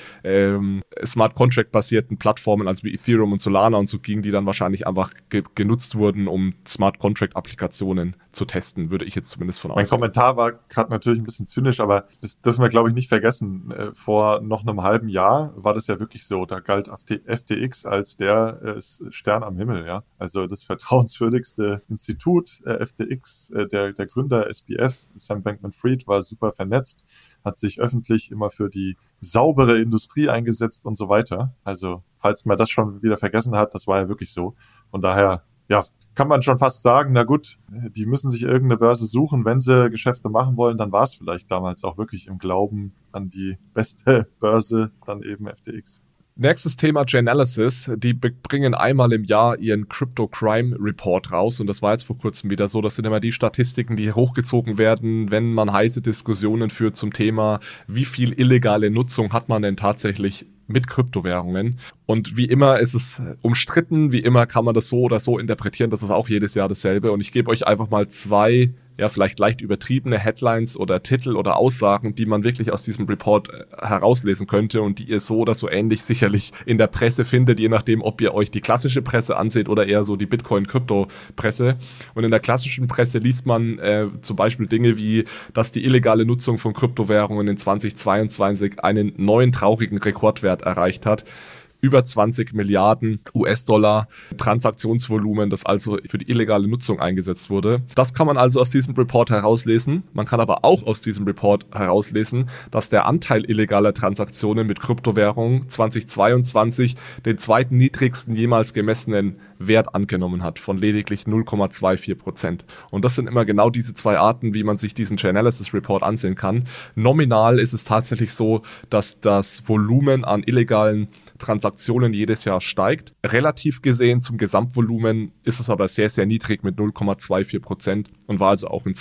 Smart Contract basierten Plattformen, also wie Ethereum und Solana und so ging, die dann wahrscheinlich einfach genutzt wurden, um Smart Contract Applikationen zu testen. berichten, würde ich jetzt zumindest von Mein ausgehen. Kommentar war gerade natürlich ein bisschen zynisch, aber das dürfen wir, glaube ich, nicht vergessen. Vor noch einem halben Jahr war das ja wirklich so. Da galt FTX als der Stern am Himmel, ja. Also das vertrauenswürdigste Institut, FTX, der Gründer SBF, Sam Bankman-Fried, war super vernetzt, hat sich öffentlich immer für die saubere Industrie eingesetzt und so weiter. Also falls man das schon wieder vergessen hat, das war ja wirklich so. Von daher, ja, kann man schon fast sagen, na gut, die müssen sich irgendeine Börse suchen. Wenn sie Geschäfte machen wollen, dann war es vielleicht damals auch wirklich im Glauben an die beste Börse, dann eben FTX. Nächstes Thema, Chainalysis. Die bringen einmal im Jahr ihren Crypto Crime Report raus und das war jetzt vor kurzem wieder so. Das sind immer die Statistiken, die hochgezogen werden, wenn man heiße Diskussionen führt zum Thema, wie viel illegale Nutzung hat man denn tatsächlich mit Kryptowährungen. Und wie immer ist es umstritten, wie immer kann man das so oder so interpretieren, das ist auch jedes Jahr dasselbe. Und ich gebe euch einfach mal zwei, ja vielleicht leicht übertriebene Headlines oder Titel oder Aussagen, die man wirklich aus diesem Report herauslesen könnte und die ihr so oder so ähnlich sicherlich in der Presse findet, je nachdem, ob ihr euch die klassische Presse anseht oder eher so die Bitcoin-Krypto-Presse. Und in der klassischen Presse liest man zum Beispiel Dinge wie, dass die illegale Nutzung von Kryptowährungen in 2022 einen neuen traurigen Rekordwert erreicht hat. Über 20 Milliarden US-Dollar Transaktionsvolumen, das also für die illegale Nutzung eingesetzt wurde. Das kann man also aus diesem Report herauslesen. Man kann aber auch aus diesem Report herauslesen, dass der Anteil illegaler Transaktionen mit Kryptowährungen 2022 den zweiten niedrigsten jemals gemessenen Wert angenommen hat, von lediglich 0,24%. Und das sind immer genau diese zwei Arten, wie man sich diesen Chainalysis Report ansehen kann. Nominal ist es tatsächlich so, dass das Volumen an illegalen Transaktionen jedes Jahr steigt. Relativ gesehen zum Gesamtvolumen ist es aber sehr, sehr niedrig mit 0,24% und war also auch in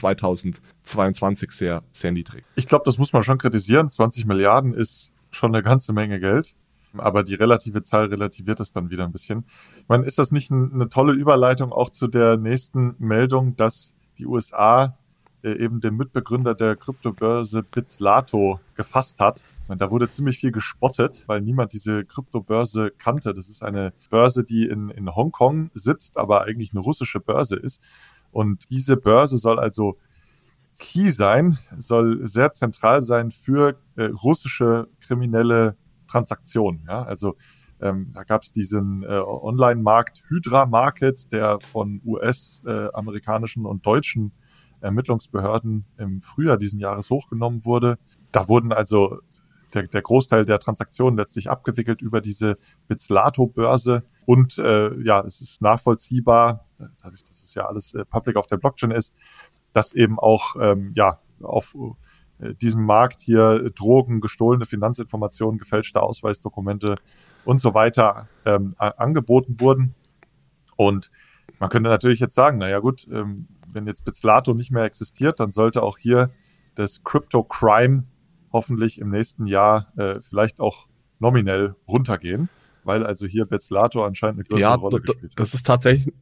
2022 sehr, sehr niedrig. Ich glaube, das muss man schon kritisieren. 20 Milliarden ist schon eine ganze Menge Geld. Aber die relative Zahl relativiert es dann wieder ein bisschen. Ich meine, ist das nicht eine tolle Überleitung auch zu der nächsten Meldung, dass die USA eben den Mitbegründer der Kryptobörse Bitslato gefasst hat? Ich meine, da wurde ziemlich viel gespottet, weil niemand diese Kryptobörse kannte. Das ist eine Börse, die in Hongkong sitzt, aber eigentlich eine russische Börse ist. Und diese Börse soll also key sein, soll sehr zentral sein für russische kriminelle Transaktionen. Ja? Also da gab es diesen Online-Markt Hydra Market, der von US-amerikanischen und deutschen Ermittlungsbehörden im Frühjahr diesen Jahres hochgenommen wurde. Da wurden also der Großteil der Transaktionen letztlich abgewickelt über diese Bitslato-Börse. Und es ist nachvollziehbar, dadurch, dass es ja alles public auf der Blockchain ist, dass eben auch auf diesem Markt hier Drogen, gestohlene Finanzinformationen, gefälschte Ausweisdokumente und so weiter angeboten wurden. Und man könnte natürlich jetzt sagen, naja gut, wenn jetzt Bitslato nicht mehr existiert, dann sollte auch hier das Crypto Crime hoffentlich im nächsten Jahr vielleicht auch nominell runtergehen, weil also hier Bitslato anscheinend eine größere Rolle gespielt hat. Das ist tatsächlich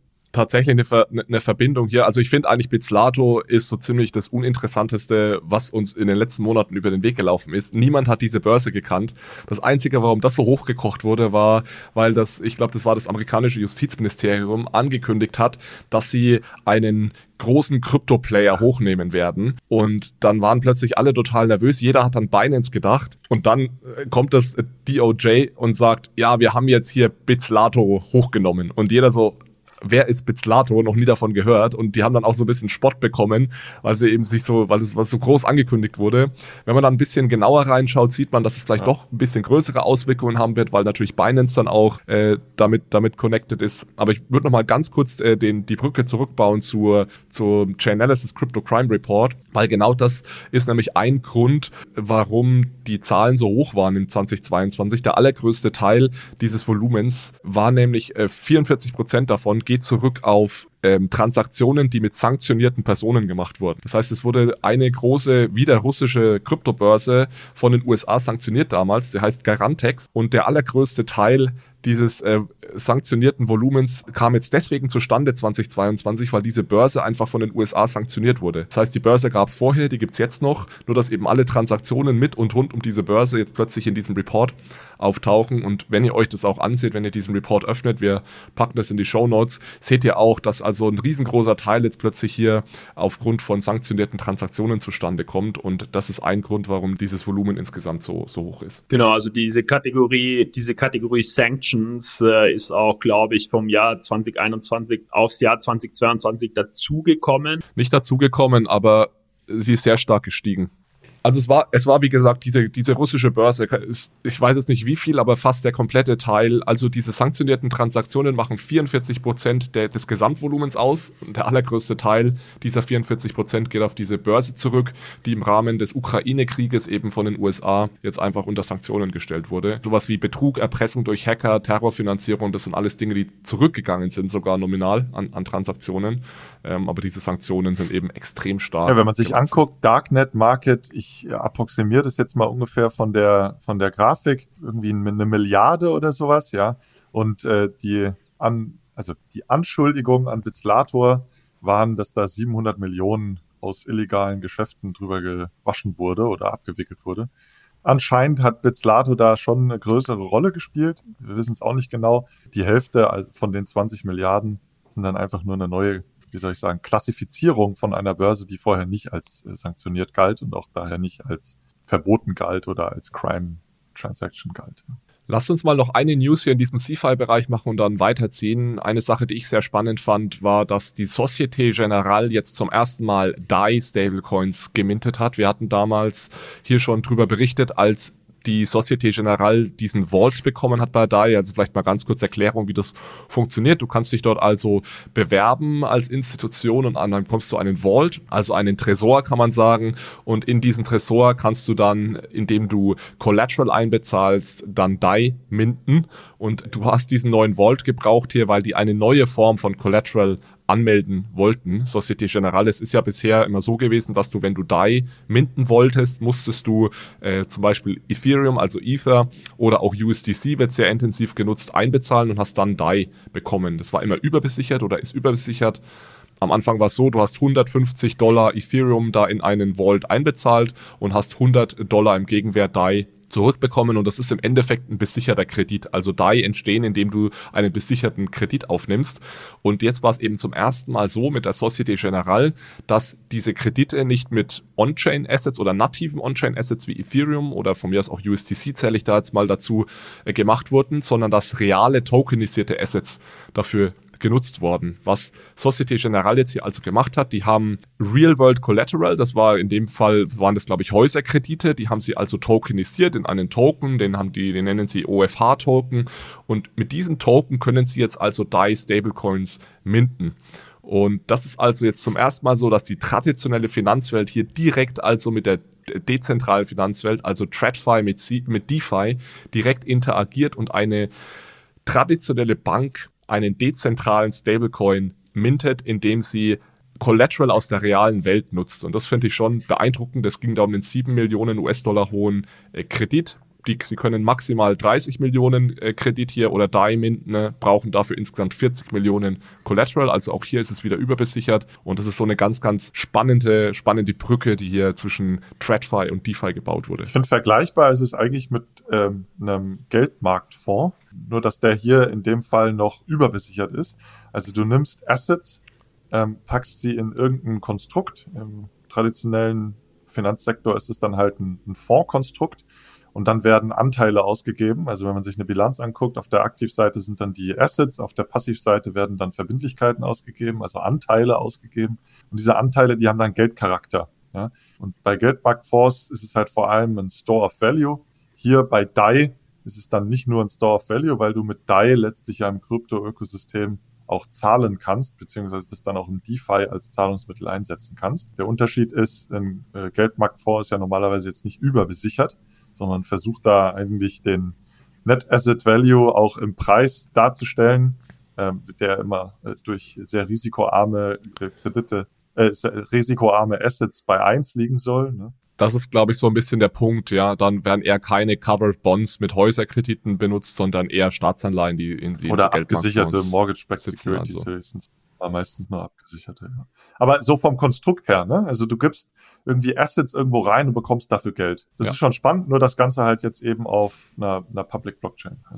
eine Verbindung hier. Also ich finde eigentlich, Bitslato ist so ziemlich das Uninteressanteste, was uns in den letzten Monaten über den Weg gelaufen ist. Niemand hat diese Börse gekannt. Das Einzige, warum das so hochgekocht wurde, war, weil ich glaube, das war das amerikanische Justizministerium, angekündigt hat, dass sie einen großen Krypto-Player hochnehmen werden. Und dann waren plötzlich alle total nervös. Jeder hat an Binance gedacht. Und dann kommt das DOJ und sagt, ja, wir haben jetzt hier Bitslato hochgenommen. Und jeder so, wer ist Bitslato? Noch nie davon gehört. Und die haben dann auch so ein bisschen Spott bekommen, weil es so groß angekündigt wurde. Wenn man dann ein bisschen genauer reinschaut, sieht man, dass es vielleicht doch ein bisschen größere Auswirkungen haben wird, weil natürlich Binance dann auch damit connected ist. Aber ich würde noch mal ganz kurz die Brücke zurückbauen zum Chainalysis Crypto Crime Report, weil genau das ist nämlich ein Grund, warum die Zahlen so hoch waren im 2022. Der allergrößte Teil dieses Volumens war nämlich 44% davon geht zurück auf Transaktionen, die mit sanktionierten Personen gemacht wurden. Das heißt, es wurde eine große, wieder russische Kryptobörse von den USA sanktioniert damals, die heißt Garantex, und der allergrößte Teil dieses sanktionierten Volumens kam jetzt deswegen zustande 2022, weil diese Börse einfach von den USA sanktioniert wurde. Das heißt, die Börse gab es vorher, die gibt es jetzt noch, nur dass eben alle Transaktionen mit und rund um diese Börse jetzt plötzlich in diesem Report auftauchen. Und wenn ihr euch das auch anseht, wenn ihr diesen Report öffnet, wir packen das in die Shownotes, seht ihr auch, dass also ein riesengroßer Teil jetzt plötzlich hier aufgrund von sanktionierten Transaktionen zustande kommt. Und das ist ein Grund, warum dieses Volumen insgesamt so hoch ist. Genau, also diese Kategorie Sanctions ist auch, glaube ich, vom Jahr 2021 aufs Jahr 2022 dazugekommen. Nicht dazugekommen, aber sie ist sehr stark gestiegen. Also es war wie gesagt, diese russische Börse, ich weiß jetzt nicht wie viel, aber fast der komplette Teil, also diese sanktionierten Transaktionen machen 44% des Gesamtvolumens aus und der allergrößte Teil dieser 44% geht auf diese Börse zurück, die im Rahmen des Ukraine-Krieges eben von den USA jetzt einfach unter Sanktionen gestellt wurde. Sowas wie Betrug, Erpressung durch Hacker, Terrorfinanzierung, das sind alles Dinge, die zurückgegangen sind, sogar nominal an Transaktionen, aber diese Sanktionen sind eben extrem stark. Ja, wenn man sich anguckt, Darknet Market, ich approximiere das jetzt mal ungefähr von der Grafik, irgendwie 1 Milliarde oder sowas, ja. Und die Anschuldigungen an Bizlator waren, dass da 700 Millionen aus illegalen Geschäften drüber gewaschen wurde oder abgewickelt wurde. Anscheinend hat Bizlator da schon eine größere Rolle gespielt. Wir wissen es auch nicht genau. Die Hälfte von den 20 Milliarden sind dann einfach nur eine neue, wie soll ich sagen, Klassifizierung von einer Börse, die vorher nicht als sanktioniert galt und auch daher nicht als verboten galt oder als Crime Transaction galt. Lasst uns mal noch eine News hier in diesem CeFi-Bereich machen und dann weiterziehen. Eine Sache, die ich sehr spannend fand, war, dass die Societe Generale jetzt zum ersten Mal DAI-Stablecoins gemintet hat. Wir hatten damals hier schon drüber berichtet, als die Societe Generale diesen Vault bekommen hat bei DAI. Also vielleicht mal ganz kurz Erklärung, wie das funktioniert. Du kannst dich dort also bewerben als Institution und dann kommst du einen Vault, also einen Tresor kann man sagen. Und in diesen Tresor kannst du dann, indem du Collateral einbezahlst, dann DAI minten. Und du hast diesen neuen Vault gebraucht hier, weil die eine neue Form von Collateral anmelden wollten. Societe Generale, es ist ja bisher immer so gewesen, dass du, wenn du DAI minten wolltest, musstest du zum Beispiel Ethereum, also Ether oder auch USDC, wird sehr intensiv genutzt, einbezahlen und hast dann DAI bekommen. Das war immer überbesichert oder ist überbesichert. Am Anfang war es so, du hast $150 Ethereum da in einen Vault einbezahlt und hast $100 im Gegenwert DAI zurückbekommen und das ist im Endeffekt ein besicherter Kredit. Also DAI entstehen, indem du einen besicherten Kredit aufnimmst. Und jetzt war es eben zum ersten Mal so mit der Societe Generale, dass diese Kredite nicht mit On-Chain-Assets oder nativen On-Chain-Assets wie Ethereum oder von mir aus auch USDC zähle ich da jetzt mal dazu, gemacht wurden, sondern dass reale tokenisierte Assets dafür genutzt worden. Was Societe Generale jetzt hier also gemacht hat, die haben Real-World Collateral, das war in dem Fall, waren das glaube ich Häuserkredite, die haben sie also tokenisiert in einen Token, den nennen sie OFH-Token und mit diesem Token können sie jetzt also DAI Stablecoins minten. Und das ist also jetzt zum ersten Mal so, dass die traditionelle Finanzwelt hier direkt also mit der dezentralen Finanzwelt, also TradFi mit DeFi, direkt interagiert und eine traditionelle Bank einen dezentralen Stablecoin mintet, indem sie Collateral aus der realen Welt nutzt. Und das finde ich schon beeindruckend. Es ging da um den 7 Millionen US-Dollar hohen Kredit. Sie können maximal 30 Millionen Kredit hier oder DAI minten, brauchen dafür insgesamt 40 Millionen Collateral. Also auch hier ist es wieder überbesichert. Und das ist so eine ganz, ganz spannende Brücke, die hier zwischen TradFi und DeFi gebaut wurde. Ich finde, vergleichbar ist es eigentlich mit einem Geldmarktfonds, nur dass der hier in dem Fall noch überbesichert ist. Also du nimmst Assets, packst sie in irgendein Konstrukt. Im traditionellen Finanzsektor ist es dann halt ein Fondskonstrukt. Und dann werden Anteile ausgegeben. Also wenn man sich eine Bilanz anguckt, auf der Aktivseite sind dann die Assets, auf der Passivseite werden dann Verbindlichkeiten ausgegeben, also Anteile ausgegeben. Und diese Anteile, die haben dann Geldcharakter. Ja? Und bei Geldmarktfonds ist es halt vor allem ein Store of Value. Hier bei DAI ist es dann nicht nur ein Store of Value, weil du mit DAI letztlich ja im Krypto-Ökosystem auch zahlen kannst, beziehungsweise das dann auch im DeFi als Zahlungsmittel einsetzen kannst. Der Unterschied ist, ein Geldmarktfonds ist ja normalerweise jetzt nicht überbesichert, sondern versucht da eigentlich den Net Asset Value auch im Preis darzustellen, der immer durch sehr risikoarme risikoarme Assets bei 1 liegen soll. Ne? Das ist, glaube ich, so ein bisschen der Punkt, ja. Dann werden eher keine Covered Bonds mit Häuserkrediten benutzt, sondern eher Staatsanleihen, die in die oder abgesicherte Mortgage-Backed Securities also. Höchstens. War meistens nur abgesicherte, ja. Aber so vom Konstrukt her, ne? Also du gibst irgendwie Assets irgendwo rein und bekommst dafür Geld. Das ist schon spannend, nur das Ganze halt jetzt eben auf einer Public Blockchain, also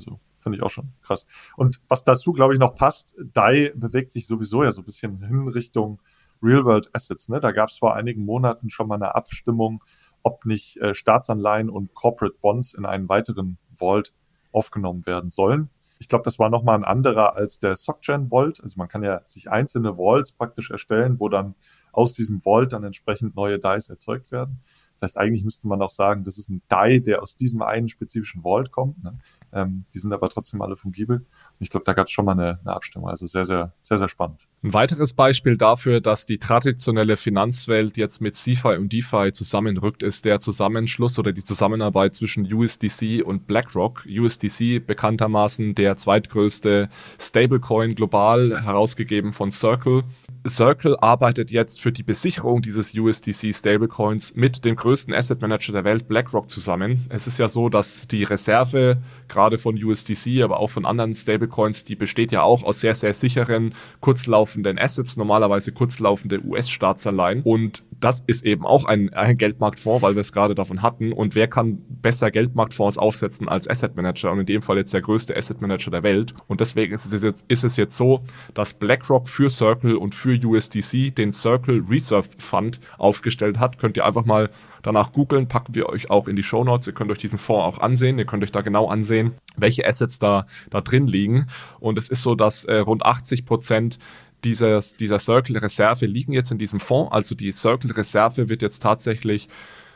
finde ich auch schon krass. Und was dazu, glaube ich, noch passt, DAI bewegt sich sowieso ja so ein bisschen hin Richtung Real-World Assets. Ne? Da gab es vor einigen Monaten schon mal eine Abstimmung, ob nicht Staatsanleihen und Corporate Bonds in einen weiteren Vault aufgenommen werden sollen. Ich glaube, das war nochmal ein anderer als der SocGen Vault. Also man kann ja sich einzelne Vaults praktisch erstellen, wo dann aus diesem Vault dann entsprechend neue DAIs erzeugt werden. Das heißt, eigentlich müsste man auch sagen, das ist ein DAI, der aus diesem einen spezifischen Vault kommt. Ne? Die sind aber trotzdem alle fungibel. Und ich glaube, da gab es schon mal eine Abstimmung. Also sehr, sehr, sehr, sehr spannend. Ein weiteres Beispiel dafür, dass die traditionelle Finanzwelt jetzt mit CeFi und DeFi zusammenrückt, ist der Zusammenschluss oder die Zusammenarbeit zwischen USDC und BlackRock. USDC bekanntermaßen der zweitgrößte Stablecoin global, herausgegeben von Circle. Circle arbeitet jetzt für die Besicherung dieses USDC-Stablecoins mit dem größten Asset Manager der Welt, BlackRock, zusammen. Es ist ja so, dass die Reserve, gerade von USDC, aber auch von anderen Stablecoins, die besteht ja auch aus sehr, sehr sicheren, kurzlaufenden Assets, normalerweise kurzlaufende US-Staatsanleihen. Und das ist eben auch ein Geldmarktfonds, weil wir es gerade davon hatten. Und wer kann besser Geldmarktfonds aufsetzen als Asset Manager? Und in dem Fall jetzt der größte Asset Manager der Welt. Und deswegen ist es jetzt so, dass BlackRock für Circle und für USDC den Circle Reserve Fund aufgestellt hat. Könnt ihr einfach mal danach googeln, packen wir euch auch in die Shownotes. Ihr könnt euch diesen Fonds auch ansehen. Ihr könnt euch da genau ansehen, welche Assets da drin liegen. Und es ist so, dass rund 80% dieser Circle-Reserve liegen jetzt in diesem Fonds. Also die Circle-Reserve wird jetzt tatsächlich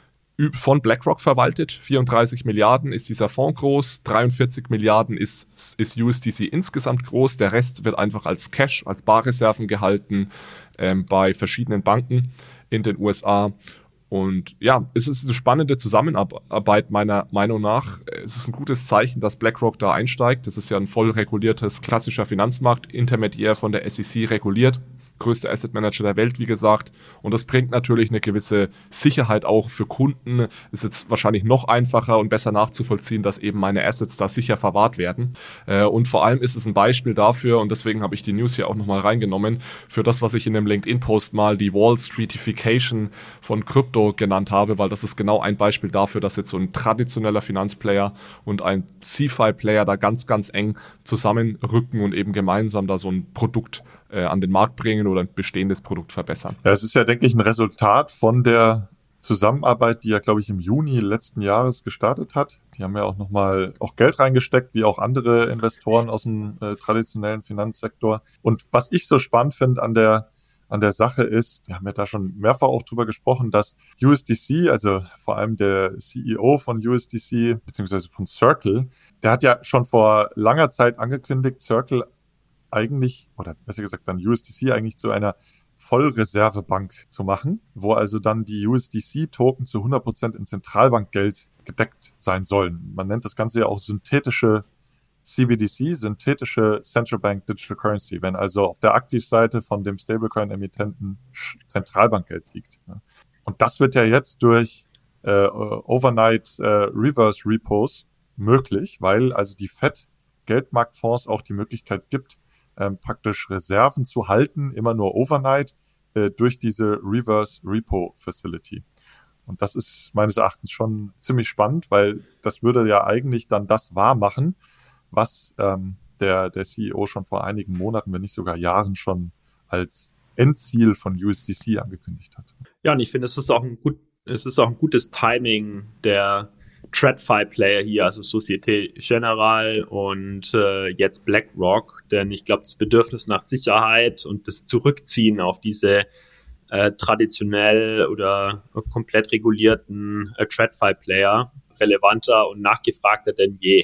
von BlackRock verwaltet. 34 Milliarden ist dieser Fonds groß, 43 Milliarden ist USDC insgesamt groß. Der Rest wird einfach als Cash, als Barreserven gehalten bei verschiedenen Banken in den USA. Und ja, es ist eine spannende Zusammenarbeit meiner Meinung nach. Es ist ein gutes Zeichen, dass BlackRock da einsteigt. Das ist ja ein voll reguliertes, klassischer Finanzmarkt, intermediär von der SEC reguliert. Größte Asset Manager der Welt, wie gesagt. Und das bringt natürlich eine gewisse Sicherheit auch für Kunden. Ist jetzt wahrscheinlich noch einfacher und besser nachzuvollziehen, dass eben meine Assets da sicher verwahrt werden. Und vor allem ist es ein Beispiel dafür, und deswegen habe ich die News hier auch nochmal reingenommen, für das, was ich in dem LinkedIn-Post mal die Wall Streetification von Krypto genannt habe, weil das ist genau ein Beispiel dafür, dass jetzt so ein traditioneller Finanzplayer und ein CeFi-Player da ganz, ganz eng zusammenrücken und eben gemeinsam da so ein Produkt an den Markt bringen oder ein bestehendes Produkt verbessern. Ja, es ist ja, denke ich, ein Resultat von der Zusammenarbeit, die ja, glaube ich, im Juni letzten Jahres gestartet hat. Die haben ja auch nochmal auch Geld reingesteckt, wie auch andere Investoren aus dem traditionellen Finanzsektor. Und was ich so spannend finde an der Sache ist, wir haben ja da schon mehrfach auch drüber gesprochen, dass USDC, also vor allem der CEO von USDC, beziehungsweise von Circle, der hat ja schon vor langer Zeit angekündigt, Circle eigentlich, oder besser gesagt dann USDC eigentlich zu einer Vollreservebank zu machen, wo also dann die USDC-Token zu 100% in Zentralbankgeld gedeckt sein sollen. Man nennt das Ganze ja auch synthetische CBDC, synthetische Central Bank Digital Currency, wenn also auf der Aktivseite von dem Stablecoin-Emittenten Zentralbankgeld liegt. Und das wird ja jetzt durch Overnight Reverse Repos möglich, weil also die Fed Geldmarktfonds auch die Möglichkeit gibt, praktisch Reserven zu halten, immer nur overnight, durch diese Reverse Repo Facility. Und das ist meines Erachtens schon ziemlich spannend, weil das würde ja eigentlich dann das wahr machen, was der CEO schon vor einigen Monaten, wenn nicht sogar Jahren schon als Endziel von USDC angekündigt hat. Ja, und ich finde, es ist auch ein gutes Timing der TradFi-Player hier, also Societe Generale und jetzt BlackRock, denn ich glaube, das Bedürfnis nach Sicherheit und das Zurückziehen auf diese traditionell oder komplett regulierten TradFi-Player relevanter und nachgefragter denn je.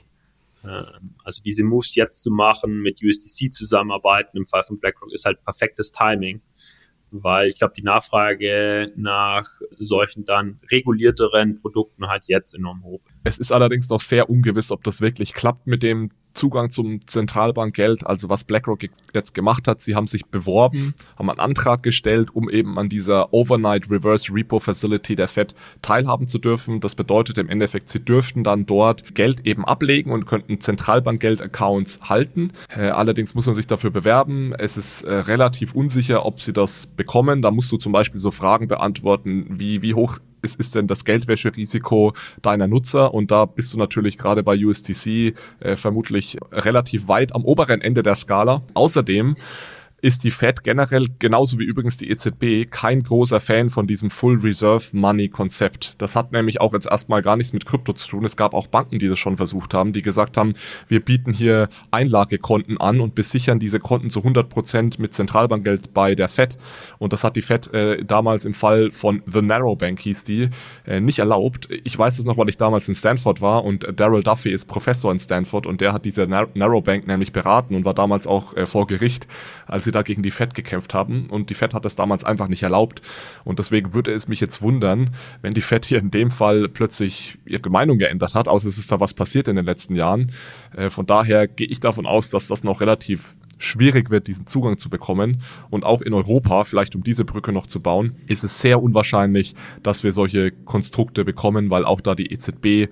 Also diese Moves jetzt zu machen, mit USDC zusammenarbeiten, im Fall von BlackRock, ist halt perfektes Timing, weil ich glaube, die Nachfrage nach solchen dann regulierteren Produkten halt jetzt enorm hoch. Es ist allerdings noch sehr ungewiss, ob das wirklich klappt mit dem Zugang zum Zentralbankgeld. Also was BlackRock jetzt gemacht hat, sie haben sich beworben, haben einen Antrag gestellt, um eben an dieser Overnight Reverse Repo Facility der Fed teilhaben zu dürfen. Das bedeutet im Endeffekt, sie dürften dann dort Geld eben ablegen und könnten Zentralbankgeld-Accounts halten. Allerdings muss man sich dafür bewerben. Es ist relativ unsicher, ob sie das bekommen. Da musst du zum Beispiel so Fragen beantworten, wie hoch ist denn das Geldwäscherisiko deiner Nutzer? Und da bist du natürlich gerade bei USDC vermutlich relativ weit am oberen Ende der Skala. Außerdem ist die Fed generell, genauso wie übrigens die EZB, kein großer Fan von diesem Full Reserve Money Konzept. Das hat nämlich auch jetzt erstmal gar nichts mit Krypto zu tun. Es gab auch Banken, die das schon versucht haben, die gesagt haben, wir bieten hier Einlagekonten an und besichern diese Konten zu 100% mit Zentralbankgeld bei der Fed. Und das hat die Fed damals im Fall von The Narrow Bank, hieß die, nicht erlaubt. Ich weiß es noch, weil ich damals in Stanford war und Darrell Duffy ist Professor in Stanford und der hat diese Narrow Bank nämlich beraten und war damals auch vor Gericht, als sie da gegen die Fed gekämpft haben und die Fed hat das damals einfach nicht erlaubt und deswegen würde es mich jetzt wundern, wenn die Fed hier in dem Fall plötzlich ihre Meinung geändert hat, außer es ist da was passiert in den letzten Jahren. Von daher gehe ich davon aus, dass das noch relativ schwierig wird, diesen Zugang zu bekommen und auch in Europa, vielleicht um diese Brücke noch zu bauen, ist es sehr unwahrscheinlich, dass wir solche Konstrukte bekommen, weil auch da die EZB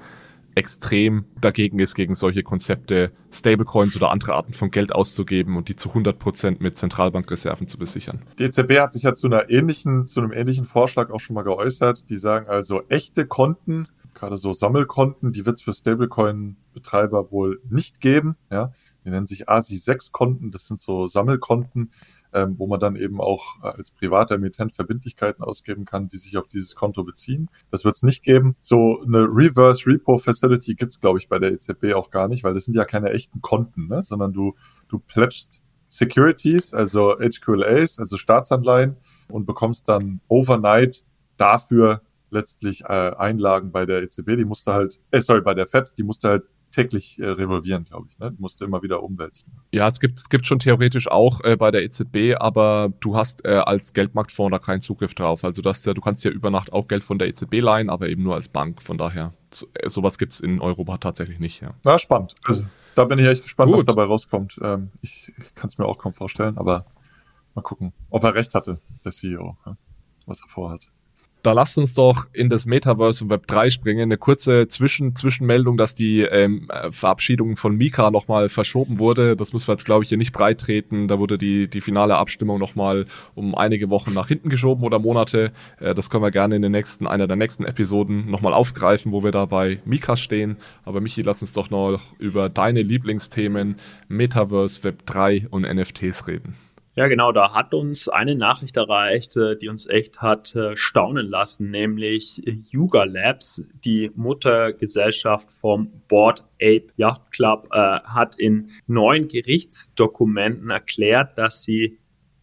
extrem dagegen ist, gegen solche Konzepte Stablecoins oder andere Arten von Geld auszugeben und die zu 100% mit Zentralbankreserven zu besichern. Die EZB hat sich ja zu einem ähnlichen Vorschlag auch schon mal geäußert. Die sagen also, echte Konten, gerade so Sammelkonten, die wird es für Stablecoin-Betreiber wohl nicht geben. Ja, die nennen sich ASI-6-Konten, das sind so Sammelkonten, wo man dann eben auch als privater Emittent Verbindlichkeiten ausgeben kann, die sich auf dieses Konto beziehen. Das wird es nicht geben. So eine Reverse Repo Facility gibt es, glaube ich, bei der EZB auch gar nicht, weil das sind ja keine echten Konten, ne? Sondern du pledgst Securities, also HQLAs, also Staatsanleihen und bekommst dann overnight dafür letztlich Einlagen bei der EZB. Die musste halt, bei der Fed, die musste halt täglich revolvieren, glaube ich. Ne? Die musste immer wieder umwälzen. Ja, es gibt schon theoretisch auch bei der EZB, aber du hast als Geldmarktfonds da keinen Zugriff drauf. Also du kannst ja über Nacht auch Geld von der EZB leihen, aber eben nur als Bank. Von daher, sowas gibt's in Europa tatsächlich nicht. Ja. Na, spannend. Also, da bin ich echt gespannt, was dabei rauskommt. Ich kann es mir auch kaum vorstellen, aber mal gucken, ob er recht hatte, der CEO, was er vorhat. Da lasst uns doch in das Metaverse und Web 3 springen. Eine kurze Zwischenmeldung, dass die Verabschiedung von Mika nochmal verschoben wurde. Das müssen wir jetzt, glaube ich, hier nicht breit treten. Da wurde die finale Abstimmung nochmal um einige Wochen nach hinten geschoben oder Monate. Das können wir gerne in einer der nächsten Episoden nochmal aufgreifen, wo wir da bei Mika stehen. Aber Michi, lass uns doch noch über deine Lieblingsthemen Metaverse, Web 3 und NFTs reden. Ja, genau, da hat uns eine Nachricht erreicht, die uns echt hat staunen lassen, nämlich Yuga Labs, die Muttergesellschaft vom Bored Ape Yacht Club, hat in 9 Gerichtsdokumenten erklärt, dass sie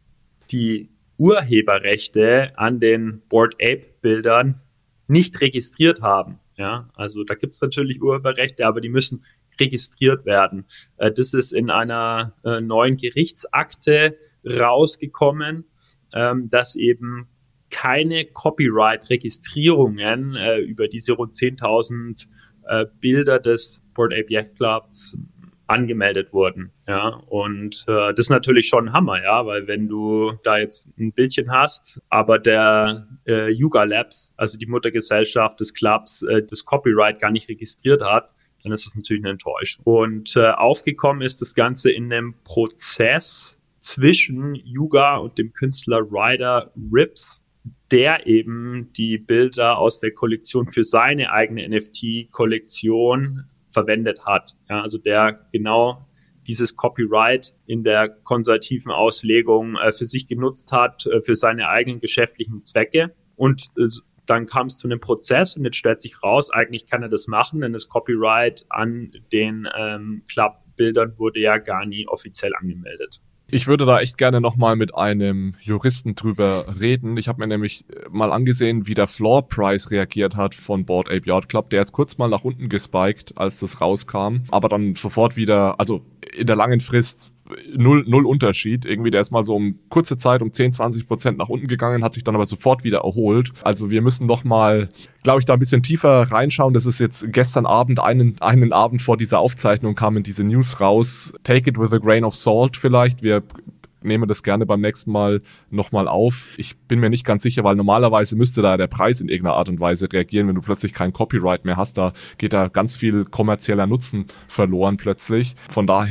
die Urheberrechte an den Bored Ape Bildern nicht registriert haben. Ja, also da gibt's natürlich Urheberrechte, aber die müssen registriert werden. Das ist in einer neuen Gerichtsakte rausgekommen, dass eben keine Copyright-Registrierungen über diese rund 10.000 Bilder des Bored Ape Yacht Clubs angemeldet wurden. Ja, und das ist natürlich schon ein Hammer, ja, weil wenn du da jetzt ein Bildchen hast, aber der Yuga Labs, also die Muttergesellschaft des Clubs, das Copyright gar nicht registriert hat, dann ist das natürlich eine Enttäuschung. Und aufgekommen ist das Ganze in einem Prozess zwischen Yuga und dem Künstler Ryder Ripps, der eben die Bilder aus der Kollektion für seine eigene NFT-Kollektion verwendet hat. Ja, also der genau dieses Copyright in der konservativen Auslegung für sich genutzt hat, für seine eigenen geschäftlichen Zwecke. Und dann kam es zu einem Prozess und jetzt stellt sich raus, eigentlich kann er das machen, denn das Copyright an den Clubbildern wurde ja gar nie offiziell angemeldet. Ich würde da echt gerne nochmal mit einem Juristen drüber reden. Ich habe mir nämlich mal angesehen, wie der Floor Price reagiert hat von Bored Ape Yacht Club. Der ist kurz mal nach unten gespiked, als das rauskam, aber dann sofort wieder, also in der langen Frist null Unterschied. Irgendwie, der ist mal so um kurze Zeit um 10-20% nach unten gegangen, hat sich dann aber sofort wieder erholt. Also wir müssen noch mal, glaube ich, da ein bisschen tiefer reinschauen. Das ist jetzt gestern Abend, einen Abend vor dieser Aufzeichnung kamen diese News raus. Take it with a grain of salt vielleicht. Wir nehmen das gerne beim nächsten Mal nochmal auf. Ich bin mir nicht ganz sicher, weil normalerweise müsste da der Preis in irgendeiner Art und Weise reagieren, wenn du plötzlich kein Copyright mehr hast. Da geht da ganz viel kommerzieller Nutzen verloren plötzlich. Von daher,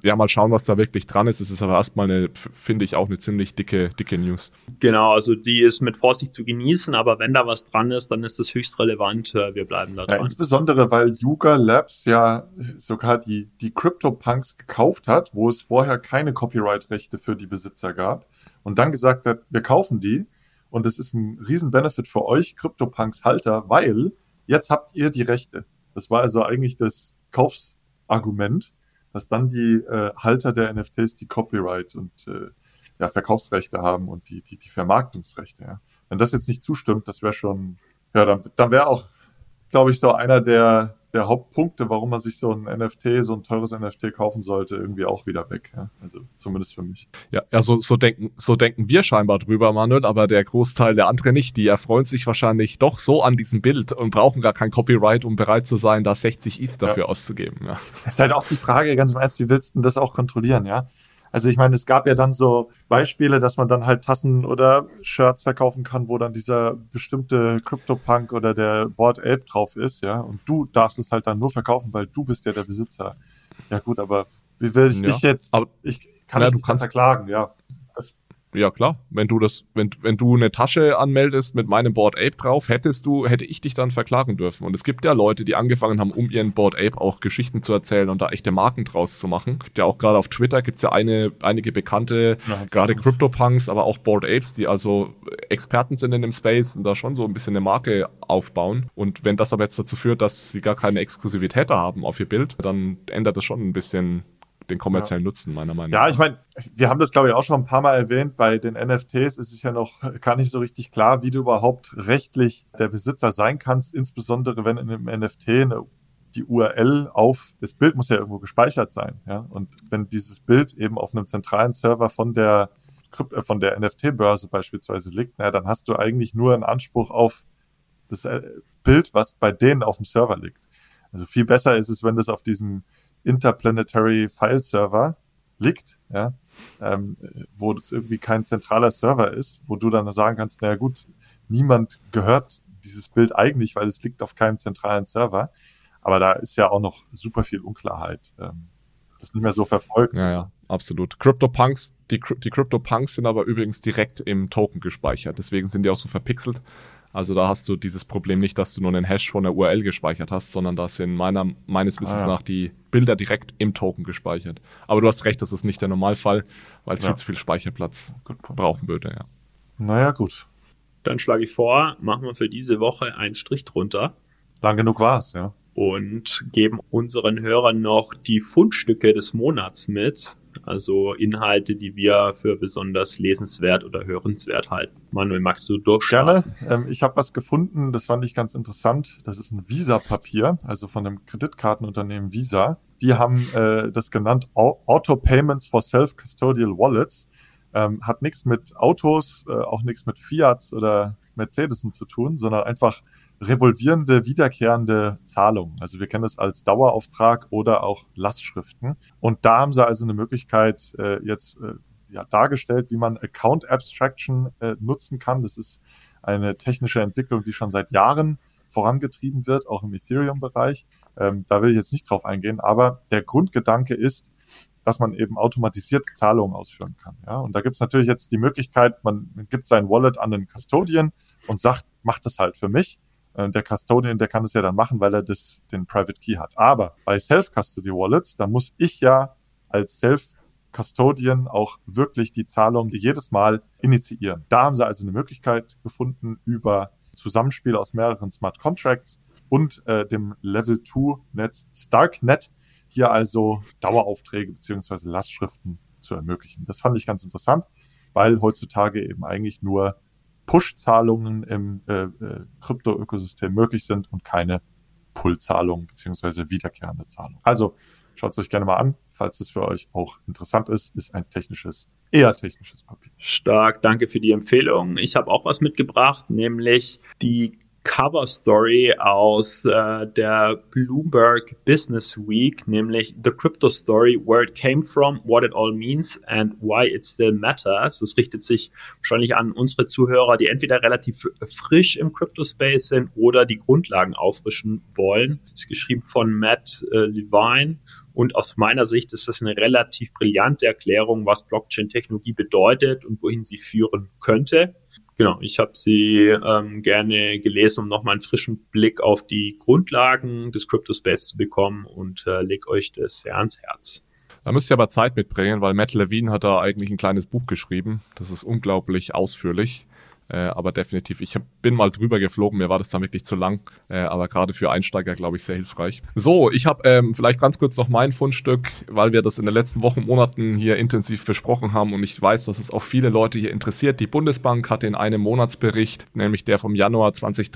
ja, mal schauen, was da wirklich dran ist. Es ist aber erstmal finde ich auch eine ziemlich dicke News. Genau, also die ist mit Vorsicht zu genießen, aber wenn da was dran ist, dann ist das höchst relevant. Wir bleiben da dran. Ja, insbesondere, weil Yuga Labs ja sogar die CryptoPunks gekauft hat, wo es vorher keine Copyright-Rechte für die Besitzer gab und dann gesagt hat, wir kaufen die und es ist ein Riesen-Benefit für euch CryptoPunks-Halter, weil jetzt habt ihr die Rechte. Das war also eigentlich das Kaufsargument, dass dann die Halter der NFTs die Copyright und Verkaufsrechte haben und die Vermarktungsrechte. Ja. Wenn das jetzt nicht zustimmt, das wäre schon, ja, dann wäre auch, glaube ich, so einer der Hauptpunkte, warum man sich so ein teures NFT kaufen sollte, irgendwie auch wieder weg. Ja? Also zumindest für mich. Ja, so denken wir scheinbar drüber, Manuel, aber der Großteil der anderen nicht. Die erfreuen sich wahrscheinlich doch so an diesem Bild und brauchen gar kein Copyright, um bereit zu sein, da 60 ETH dafür auszugeben. Ja. Das ist halt auch die Frage, ganz im Ernst, wie willst du denn das auch kontrollieren, ja? Also ich meine, es gab ja dann so Beispiele, dass man dann halt Tassen oder Shirts verkaufen kann, wo dann dieser bestimmte CryptoPunk oder der Bored Ape drauf ist, ja, und du darfst es halt dann nur verkaufen, weil du bist ja der Besitzer. Ja gut, aber wie will ich dich jetzt, ich kann dich nicht verklagen, ja. Ja klar, wenn du eine Tasche anmeldest mit meinem Bored Ape drauf, hätte ich dich dann verklagen dürfen. Und es gibt ja Leute, die angefangen haben, um ihren Bored Ape auch Geschichten zu erzählen und da echte Marken draus zu machen. Gibt ja auch gerade auf Twitter gibt's ja einige bekannte, gerade CryptoPunks, aber auch Bored Apes, die also Experten sind in dem Space und da schon so ein bisschen eine Marke aufbauen. Und wenn das aber jetzt dazu führt, dass sie gar keine Exklusivität da haben auf ihr Bild, dann ändert das schon ein bisschen den kommerziellen Nutzen, meiner Meinung nach. Ja, ich meine, wir haben das, glaube ich, auch schon ein paar Mal erwähnt. Bei den NFTs ist es ja noch gar nicht so richtig klar, wie du überhaupt rechtlich der Besitzer sein kannst, insbesondere wenn in einem NFT die URL auf, das Bild muss ja irgendwo gespeichert sein, ja. Und wenn dieses Bild eben auf einem zentralen Server von der NFT-Börse beispielsweise liegt, dann hast du eigentlich nur einen Anspruch auf das Bild, was bei denen auf dem Server liegt. Also viel besser ist es, wenn das auf diesem Interplanetary File Server liegt, ja, wo das irgendwie kein zentraler Server ist, wo du dann sagen kannst, naja gut, niemand gehört dieses Bild eigentlich, weil es liegt auf keinem zentralen Server. Aber da ist ja auch noch super viel Unklarheit. Das nicht mehr so verfolgt. Ja, absolut. Die CryptoPunks sind aber übrigens direkt im Token gespeichert. Deswegen sind die auch so verpixelt. Also da hast du dieses Problem nicht, dass du nur einen Hash von der URL gespeichert hast, sondern da sind meines Wissens nach die Bilder direkt im Token gespeichert. Aber du hast recht, das ist nicht der Normalfall, weil es viel zu viel Speicherplatz brauchen würde. Ja. Naja, gut. Dann schlage ich vor, machen wir für diese Woche einen Strich drunter. Lang genug war es, ja. Und geben unseren Hörern noch die Fundstücke des Monats mit. Also Inhalte, die wir für besonders lesenswert oder hörenswert halten. Manuel, magst du durchstarten? Gerne. Ich habe was gefunden, das fand ich ganz interessant. Das ist ein Visa-Papier, also von dem Kreditkartenunternehmen Visa. Die haben das genannt Auto Payments for Self-Custodial Wallets. Hat nichts mit Autos, auch nichts mit Fiats oder Mercedesen zu tun, sondern einfach revolvierende, wiederkehrende Zahlungen. Also wir kennen das als Dauerauftrag oder auch Lastschriften. Und da haben sie also eine Möglichkeit dargestellt, wie man Account Abstraction nutzen kann. Das ist eine technische Entwicklung, die schon seit Jahren vorangetrieben wird, auch im Ethereum-Bereich. Da will ich jetzt nicht drauf eingehen, aber der Grundgedanke ist, dass man eben automatisierte Zahlungen ausführen kann. Ja? Und da gibt es natürlich jetzt die Möglichkeit, man gibt sein Wallet an den Custodian und sagt, mach das halt für mich. Der Custodian, der kann es ja dann machen, weil er den Private Key hat. Aber bei Self-Custody-Wallets, da muss ich ja als Self-Custodian auch wirklich die Zahlung jedes Mal initiieren. Da haben sie also eine Möglichkeit gefunden, über Zusammenspiel aus mehreren Smart Contracts und dem Level-2-Netz Starknet hier also Daueraufträge beziehungsweise Lastschriften zu ermöglichen. Das fand ich ganz interessant, weil heutzutage eben eigentlich nur Push-Zahlungen im Krypto-Ökosystem möglich sind und keine Pull-Zahlungen beziehungsweise wiederkehrende Zahlungen. Also schaut es euch gerne mal an, falls es für euch auch interessant ist. Ist ein eher technisches Papier. Stark, danke für die Empfehlung. Ich habe auch was mitgebracht, nämlich die Cover Story aus der Bloomberg Business Week, nämlich The Crypto Story, Where it Came From, What it All Means and Why it Still Matters. Das richtet sich wahrscheinlich an unsere Zuhörer, die entweder relativ frisch im Crypto-Space sind oder die Grundlagen auffrischen wollen. Das ist geschrieben von Matt Levine. Und aus meiner Sicht ist das eine relativ brillante Erklärung, was Blockchain-Technologie bedeutet und wohin sie führen könnte. Genau, ich habe sie gerne gelesen, um nochmal einen frischen Blick auf die Grundlagen des Crypto-Space zu bekommen und lege euch das sehr ans Herz. Da müsst ihr aber Zeit mitbringen, weil Matt Levine hat da eigentlich ein kleines Buch geschrieben. Das ist unglaublich ausführlich. Aber definitiv, ich bin mal drüber geflogen, mir war das dann wirklich zu lang, aber gerade für Einsteiger, glaube ich, sehr hilfreich. So, ich habe vielleicht ganz kurz noch mein Fundstück, weil wir das in den letzten Wochen, Monaten hier intensiv besprochen haben und ich weiß, dass es auch viele Leute hier interessiert. Die Bundesbank hatte in einem Monatsbericht, nämlich der vom Januar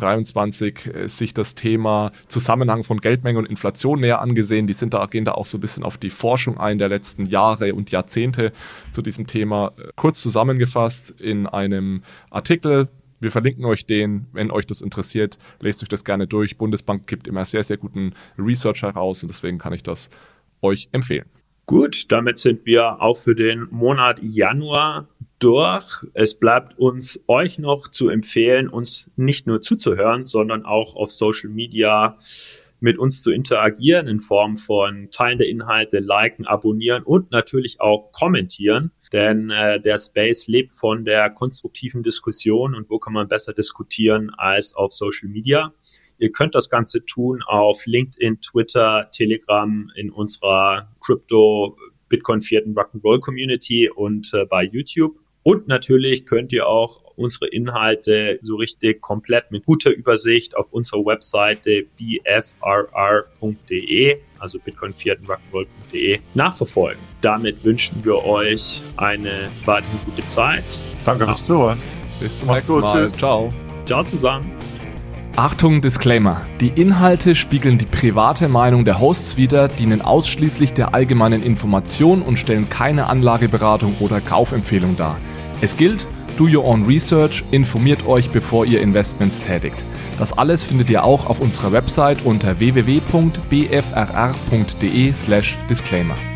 2023, sich das Thema Zusammenhang von Geldmenge und Inflation näher angesehen. Die gehen da auch so ein bisschen auf die Forschung ein der letzten Jahre und Jahrzehnte zu diesem Thema. Kurz zusammengefasst in einem Artikel. Wir verlinken euch den, wenn euch das interessiert, lest euch das gerne durch. Bundesbank gibt immer sehr, sehr guten Research heraus und deswegen kann ich das euch empfehlen. Gut, damit sind wir auch für den Monat Januar durch. Es bleibt uns euch noch zu empfehlen, uns nicht nur zuzuhören, sondern auch auf Social Media mit uns zu interagieren in Form von Teilen der Inhalte, Liken, Abonnieren und natürlich auch kommentieren. Denn der Space lebt von der konstruktiven Diskussion und wo kann man besser diskutieren als auf Social Media. Ihr könnt das Ganze tun auf LinkedIn, Twitter, Telegram, in unserer Crypto Bitcoin 4. Rock'n'Roll Community und bei YouTube. Und natürlich könnt ihr auch unsere Inhalte so richtig komplett mit guter Übersicht auf unserer Webseite bfrr.de, also bitcoin4rock'n'roll.de, nachverfolgen. Damit wünschen wir euch eine weiterhin gute Zeit. Danke fürs Zuhören. Bis zum nächsten Mal. Tschüss. Ciao. Ciao zusammen. Achtung, Disclaimer. Die Inhalte spiegeln die private Meinung der Hosts wider, dienen ausschließlich der allgemeinen Information und stellen keine Anlageberatung oder Kaufempfehlung dar. Es gilt, do your own research, informiert euch, bevor ihr Investments tätigt. Das alles findet ihr auch auf unserer Website unter www.bfrr.de/disclaimer.